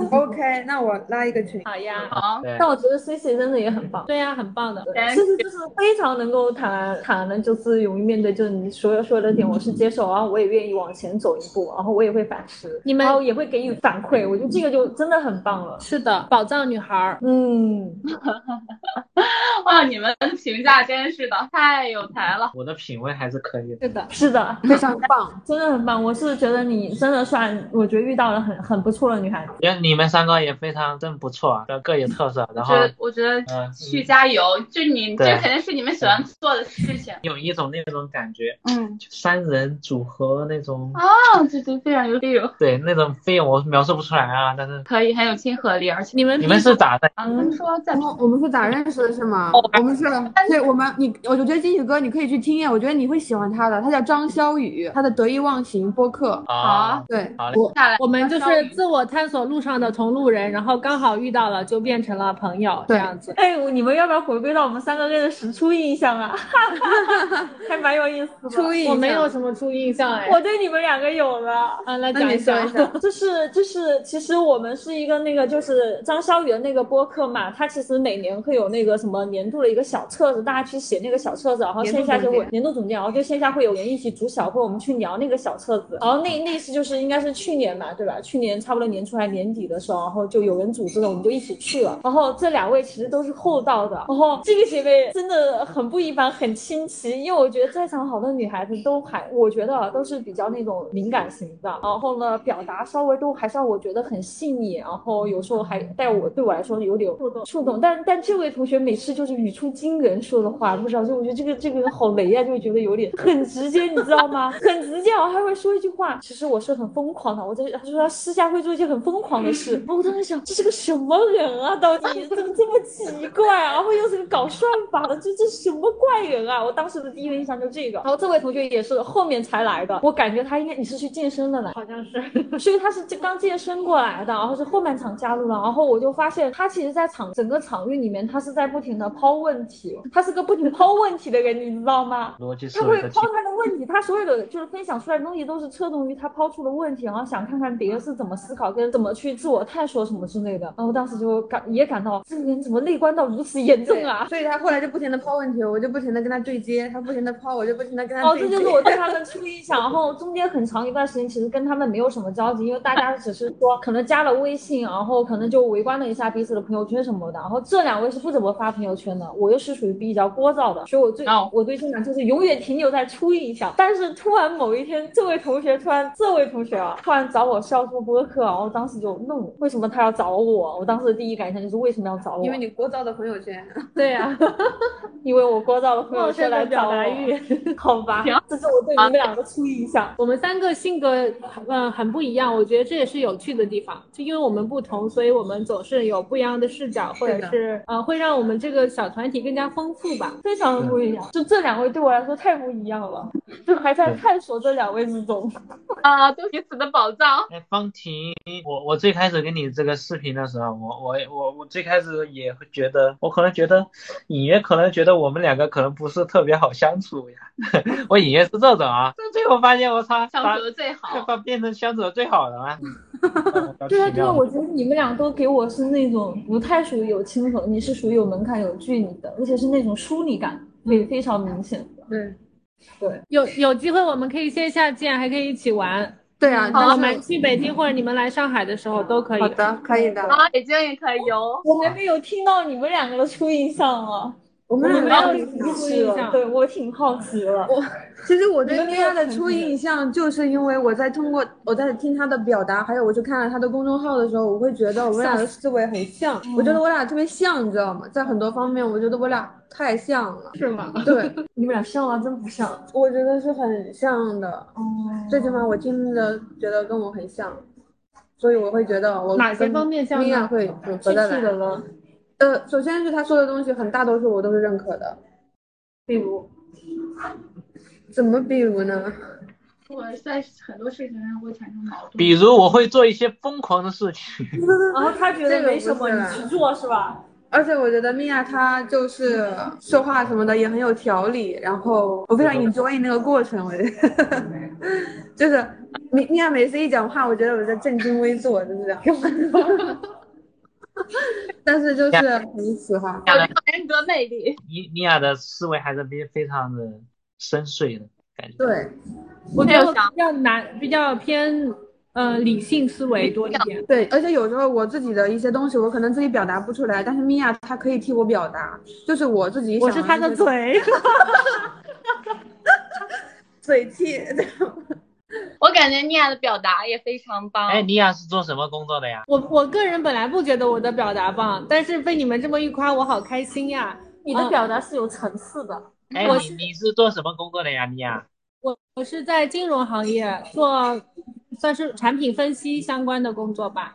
[SPEAKER 7] OK，那我拉一个群。
[SPEAKER 2] 好呀，
[SPEAKER 4] 好，
[SPEAKER 3] 对
[SPEAKER 6] 但我觉得 CC 真的也很棒，
[SPEAKER 2] 对呀，很棒的。
[SPEAKER 6] 其实就是非常能够坦然，就是勇于面对，就是你所有说的点，我是接受，然后我也愿意往前走一步，然后我也会反思，
[SPEAKER 2] 你们
[SPEAKER 6] 然后也会给予反馈，我觉得这个就真的很棒了。
[SPEAKER 2] 是的，宝藏女孩。
[SPEAKER 4] 哇，你们评价真是的太有才了。
[SPEAKER 3] 我的品味还是可以的。
[SPEAKER 2] 是的，
[SPEAKER 6] 是的，
[SPEAKER 7] 非常棒，
[SPEAKER 6] 真的很棒。我是觉得你真的算，我觉得遇到了很不错的女孩子。
[SPEAKER 3] 你们三个也非常真不错啊，各有特色。然后
[SPEAKER 4] 我觉得去加油，就你这肯定是你们喜欢做的事情。
[SPEAKER 3] 有一种那种感觉，就三人组合那种
[SPEAKER 4] 对，非常有 feel。
[SPEAKER 3] 对，那种 feel 我描述不出来啊，但是
[SPEAKER 4] 可以很有亲和力，而且
[SPEAKER 3] 你们是咋的？
[SPEAKER 4] 他们说在
[SPEAKER 7] 我们是咋认识的是吗？我们是，对，我觉得金喜哥你可以去听呀，我觉得你会喜欢他的，他叫张潇雨，他的得意忘形播客。
[SPEAKER 3] 好，
[SPEAKER 7] 对，
[SPEAKER 3] 好嘞。
[SPEAKER 2] 我们就是自我探索路上的同路人，然后刚好遇到了，就变成了朋友这样子。
[SPEAKER 6] 哎，你们要不要回归到我们三个人的实初印象啊？还蛮有意思的。
[SPEAKER 7] 初印象，
[SPEAKER 2] 我没有什么初印象哎，
[SPEAKER 6] 我对你们两个有了。
[SPEAKER 2] 来讲一下。
[SPEAKER 6] 就是，其实我们是一个那个就是张潇雨的那个播客嘛，他其实每年会有那个什么年度的一个小册子，大家去写那个小册子，然后线下就会年度总结，然后就线下会有人一起组小会，我们去聊那个小册子。然后那次就是应该是去年嘛，对吧？去年差不多年初还年底的时候，然后就有人组织了，我们就一起去了。然后这两位其实都是厚道的，然后这个姐妹真的很不一般，很清奇，因为我觉得在场好多女孩子我觉得都是比较那种敏感型的，然后呢表达稍微都还是让我觉得很细腻，然后有时候还对我来说有点触动，但这位同学每次就是语出惊人说的话，不知道就我觉得这个人好雷啊，就会觉得有点很直接，你知道吗？很直接，然后还会说一句话，其实我是很疯狂的，他说他私下会做一些很疯狂的事，然后我当时想这是个什么人啊，到底怎么这么奇怪啊，然后又是个搞算法的，这什么怪人啊，我当时的第一个印象就这个。然后这位同学也是后面才来的，我感觉他应该你是去健身的来，
[SPEAKER 2] 好像是，
[SPEAKER 6] 所以他是刚健身过来的，然后是后半场加入了，然后我就发现他其实在整个场域里面，他是在不停的抛问题，他是个不停抛问题的人，你知道吗？他会抛他的问题，他所有的就是分享出来的东西都是侧重于他抛出的问题，然后想看看别人是怎么思考跟怎么去自我探索什么之类的。然后当时就感到这个人怎么内观到如此严重啊！
[SPEAKER 7] 所以他后来就不停的抛问题，我就不停的跟他对接，他不停的抛，我就不停的跟他对接。
[SPEAKER 6] 这就是我对他们初印象。然后中间很长一段时间其实跟他们没有什么交集，因为大家只是说可能加了微信，然后可能就围观了一下彼此的朋友圈什么的。然后这两位是不怎么发朋友圈的，我又是属于比较聒噪的，所以我对这俩就是永远停留在初印象。但是突然某一天，这位同学突然找我销售播客，然后当时就弄，为什么他要找我？我当时的第一感想就是为什么要找我？
[SPEAKER 7] 因为你聒噪的朋友圈。
[SPEAKER 6] 对呀、因为我聒噪的朋友圈来找我。好吧，这是我对你们两个初印象。
[SPEAKER 2] 我们三个性格很不一样，我觉得这也是有趣的地方，就因为我们不同，所以我们总是有不一样的视角，或者是会让我们这个小团体更加丰富吧，
[SPEAKER 6] 非常不一样。就这两位对我来说太不一样了，就还在探索这两位之中
[SPEAKER 4] 都彼此的宝藏。
[SPEAKER 3] 方婷，我最开始跟你这个视频的时候，我最开始也会觉得，我可能觉得隐约可能觉得我们两个可能不是特别好相处呀，我隐约是这种啊，但最后发现我操，
[SPEAKER 4] 相处的最好，
[SPEAKER 3] 变成相处的最好的吗？
[SPEAKER 6] 对啊，对啊，我觉得你们俩都给我是那种不太属于有亲和，你是属于有门槛有距离的，而且是那种疏离感非常明显的。对，
[SPEAKER 2] 有机会我们可以线下见，还可以一起玩。
[SPEAKER 7] 对啊，
[SPEAKER 2] 我们去北京或者你们来上海的时候都可以。
[SPEAKER 7] 好的，可以的。
[SPEAKER 4] 北京也可以有。
[SPEAKER 6] 我还没有听到你们两个的初印象啊。
[SPEAKER 7] 我们
[SPEAKER 6] 没有初印象，对我挺好奇了。
[SPEAKER 7] 其实我对米娅的初印象，就是因为我在听她的表达，还有我去看了她的公众号的时候，我会觉得我们俩的思维很像。我觉得我俩特别像，你知道吗？在很多方面，我觉得我俩太像了。
[SPEAKER 2] 是吗？
[SPEAKER 6] 对，你们俩像吗？真不像。
[SPEAKER 7] 我觉得是很像的。最起码我听着觉得跟我很像，所以我会觉得我
[SPEAKER 2] 哪些方面像
[SPEAKER 7] 米娅会合得来
[SPEAKER 6] 了。
[SPEAKER 7] 首先是他说的东西，很大多数我都是认可的。
[SPEAKER 6] 比如，
[SPEAKER 7] 怎么比如呢？
[SPEAKER 4] 我在很多事情上会产生矛盾。
[SPEAKER 3] 比如我会做一些疯狂的事情，
[SPEAKER 6] 然后他觉得没什么，你去做是吧？
[SPEAKER 7] 而且我觉得米娅她就是说话什么的也很有条理，然后我非常 enjoy 那个过程，我觉得就是米娅每次一讲话，我觉得我在正襟危坐，就是这样。但是就是很喜欢，
[SPEAKER 4] 人格魅力。
[SPEAKER 3] 米娅的思维还是非常的深邃的感觉。
[SPEAKER 7] 对，
[SPEAKER 2] 我觉得我比较偏理性思维多一点。
[SPEAKER 7] 对，而且有时候我自己的一些东西，我可能自己表达不出来，但是米娅她可以替我表达，就是我自己想。
[SPEAKER 2] 我是她的嘴，
[SPEAKER 7] 嘴替。
[SPEAKER 4] 我感觉妮娅的表达也非常棒。
[SPEAKER 3] 哎，妮娅是做什么工作的呀？
[SPEAKER 2] 我个人本来不觉得我的表达棒，但是被你们这么一夸，我好开心呀！
[SPEAKER 6] 你的表达是有层次的。
[SPEAKER 3] 哎，你是做什么工作的呀，妮娅？
[SPEAKER 2] 我是在金融行业做，算是产品分析相关的工作吧。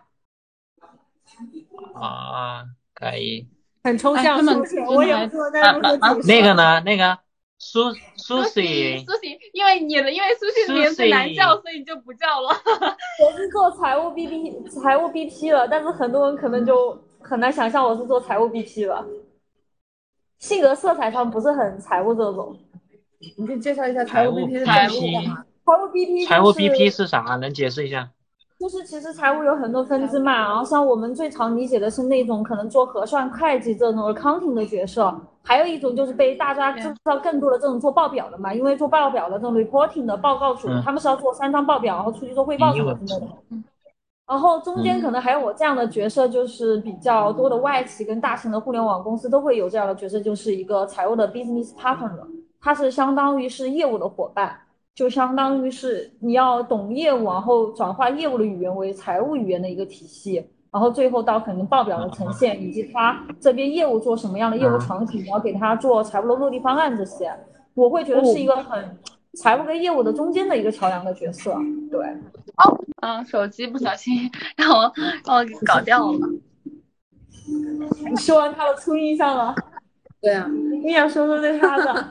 [SPEAKER 3] 啊，可以。
[SPEAKER 2] 很抽象，是不是？我也做，但是
[SPEAKER 3] 那个呢？那个Susie，
[SPEAKER 4] 因为Susie 的名字难叫，所以你就不叫了。
[SPEAKER 6] 我是做财务 BP 了，但是很多人可能就很难想象我是做财务 BP 了。性格色彩上不是很财务这种。
[SPEAKER 7] 你可以介绍一下财务 BP 是干嘛？
[SPEAKER 3] 财务 BP 是啥？能解释一下？
[SPEAKER 6] 就是其实财务有很多分支嘛，然后像我们最常理解的是那种可能做核算、会计这种 accounting 的角色，还有一种就是被大家知道更多的这种做报表的嘛，因为做报表的这种 reporting 的报告组，他们是要做3张报表，然后出去做汇报什么之类的。然后中间可能还有我这样的角色，就是比较多的外企跟大型的互联网公司都会有这样的角色，就是一个财务的 business partner， 它是相当于是业务的伙伴，就相当于是你要懂业务，然后转化业务的语言为财务语言的一个体系，然后最后到可能报表的呈现，以及他这边业务做什么样的业务场景，你要给他做财务的落地方案这些，我会觉得是一个很财务跟业务的中间的一个桥梁的角色。对。
[SPEAKER 4] 手机不小心让我给搞掉了。
[SPEAKER 6] 你说完他的初印象了？
[SPEAKER 7] 对啊，
[SPEAKER 6] 米娅说说对他的。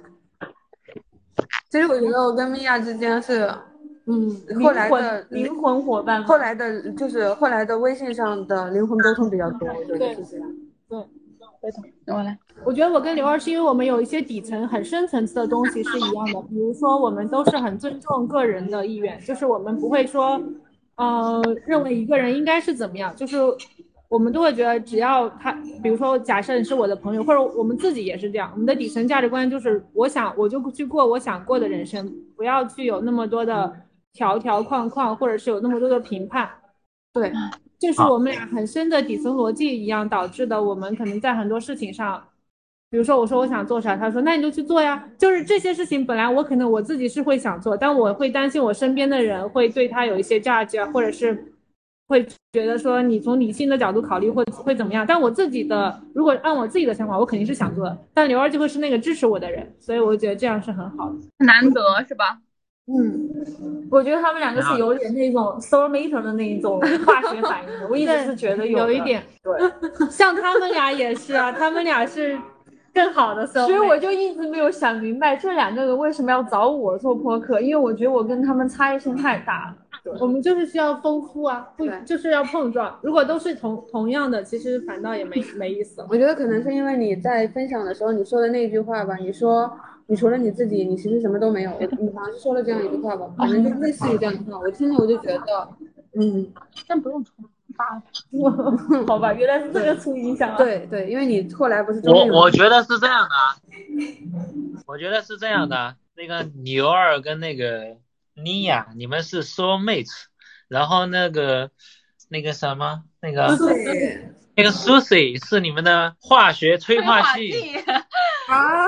[SPEAKER 7] 其实我觉得我跟米娅之间是，后来的
[SPEAKER 6] 灵魂伙伴，
[SPEAKER 7] 后来的微信上的灵魂沟通比较多，我觉得是这样。
[SPEAKER 6] 对，
[SPEAKER 4] 我来。
[SPEAKER 2] 我觉得我跟刘二是因为我们有一些底层很深层次的东西是一样的，比如说我们都是很尊重个人的意愿，就是我们不会说，认为一个人应该是怎么样，就是我们都会觉得只要他，比如说假设你是我的朋友，或者我们自己也是这样，我们的底层价值观就是我就去过我想过的人生，不要去有那么多的条条框框，或者是有那么多的评判。对，就是我们俩很深的底层逻辑一样导致的，我们可能在很多事情上，比如说我说我想做啥，他说那你就去做呀，就是这些事情本来可能我自己是会想做，但我会担心我身边的人会对他有一些价值，或者是会觉得说你从理性的角度考虑会怎么样，但我自己的如果按我自己的想法，我肯定是想做的，但刘二就会是那个支持我的人，所以我觉得这样是很好的，
[SPEAKER 4] 难得是吧？
[SPEAKER 6] 我觉得他们两个是有点那种 soulmate 的那一种化学反应的，我一直是觉得
[SPEAKER 2] 有一点，对，像他们俩也是啊，他们俩是更好的 soulmate，
[SPEAKER 6] 所以我就一直没有想明白这两个人为什么要找我做播客，因为我觉得我跟他们差异性太大了。
[SPEAKER 2] 我们就是需要丰富啊，不就是要碰撞。如果都是同样的，其实反倒也没意思。
[SPEAKER 7] 我觉得可能是因为你在分享的时候你说的那句话吧，你说你除了你自己，你其实什么都没有。你好像是说了这样一句话吧，反正就类似于这样的话。我听了我就觉得，
[SPEAKER 4] 但不用重发。
[SPEAKER 6] 好吧，原来是这个初印象啊。
[SPEAKER 7] 对，因为你后来不是
[SPEAKER 3] 我觉得是这样的，那个牛儿跟那个妮娅，你们是 soulmates， 然后那个什么那个 Susie 是你们的化学催化剂
[SPEAKER 7] 啊！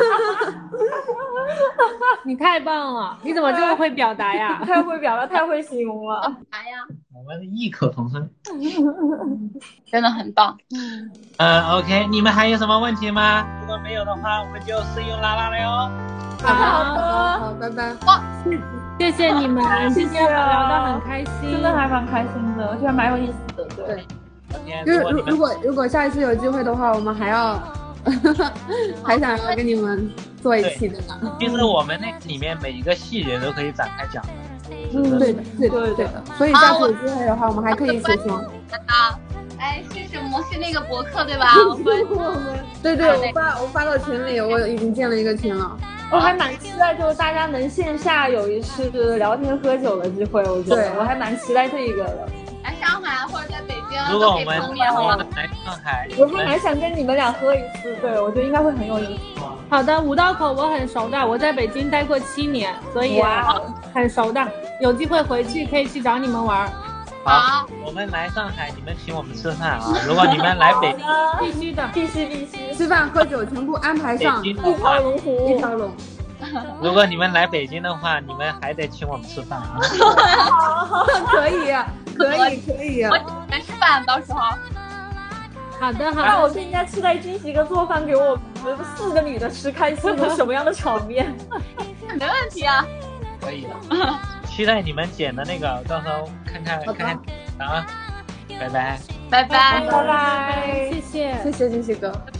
[SPEAKER 2] 你太棒了，你怎么这么会表达呀？
[SPEAKER 6] 太会表达，太会形容了。
[SPEAKER 4] 啥呀？
[SPEAKER 3] 我们异口同声，
[SPEAKER 4] 真的很棒。
[SPEAKER 3] OK， 你们还有什么问题吗？如果没有的话，我们就see you啦啦了哟。
[SPEAKER 7] 好，拜拜。
[SPEAKER 2] 谢谢你们，今天聊得很开心，
[SPEAKER 6] 真的还蛮开心的，我觉得蛮有意思的。对，
[SPEAKER 7] 如果下一次有机会的话，我们还要还想要跟你们做一期的呢。
[SPEAKER 3] 其实我们那里面每一个细节都可以展开讲的。
[SPEAKER 7] 对的。所以下次有机会的话，我们还可以一起说。
[SPEAKER 4] 哎，是什么？是那个博客对吧？我
[SPEAKER 7] 对，我发到群里，我已经建了一个群了。
[SPEAKER 6] 我还蛮期待，就是大家能线下有一次聊天喝酒的机会，我觉得我还蛮期待这一个的。
[SPEAKER 4] 来上海或者在北京，
[SPEAKER 3] 如果我们
[SPEAKER 4] 来
[SPEAKER 3] 上海，
[SPEAKER 6] 我还蛮想跟你们俩喝一次，对，我觉得应该会很有意思。
[SPEAKER 2] 好的，五道口我很熟的，我在北京待过7年，所以很熟的。有机会回去可以去找你们玩。
[SPEAKER 3] 好，我们来上海，你们请我们吃饭啊！如果你们来北京，
[SPEAKER 2] 必须的，
[SPEAKER 6] 必须
[SPEAKER 7] 吃饭喝酒全部安排上，
[SPEAKER 3] 一条龙
[SPEAKER 6] 服务，
[SPEAKER 7] 一条龙。
[SPEAKER 3] 如果你们来北京的话，你们还得请我们吃饭啊！
[SPEAKER 7] 可以，
[SPEAKER 4] 我请吃饭，到时候。
[SPEAKER 2] 好的。
[SPEAKER 6] 那我更加期待惊喜哥做饭给我们4个女的吃，看是个什么样的场面。
[SPEAKER 4] 没问题啊。
[SPEAKER 3] 可以的，期待你们剪的那个，到时候看看啊！拜拜，
[SPEAKER 4] 拜拜，
[SPEAKER 6] 拜拜，
[SPEAKER 2] 谢谢
[SPEAKER 7] 惊喜哥。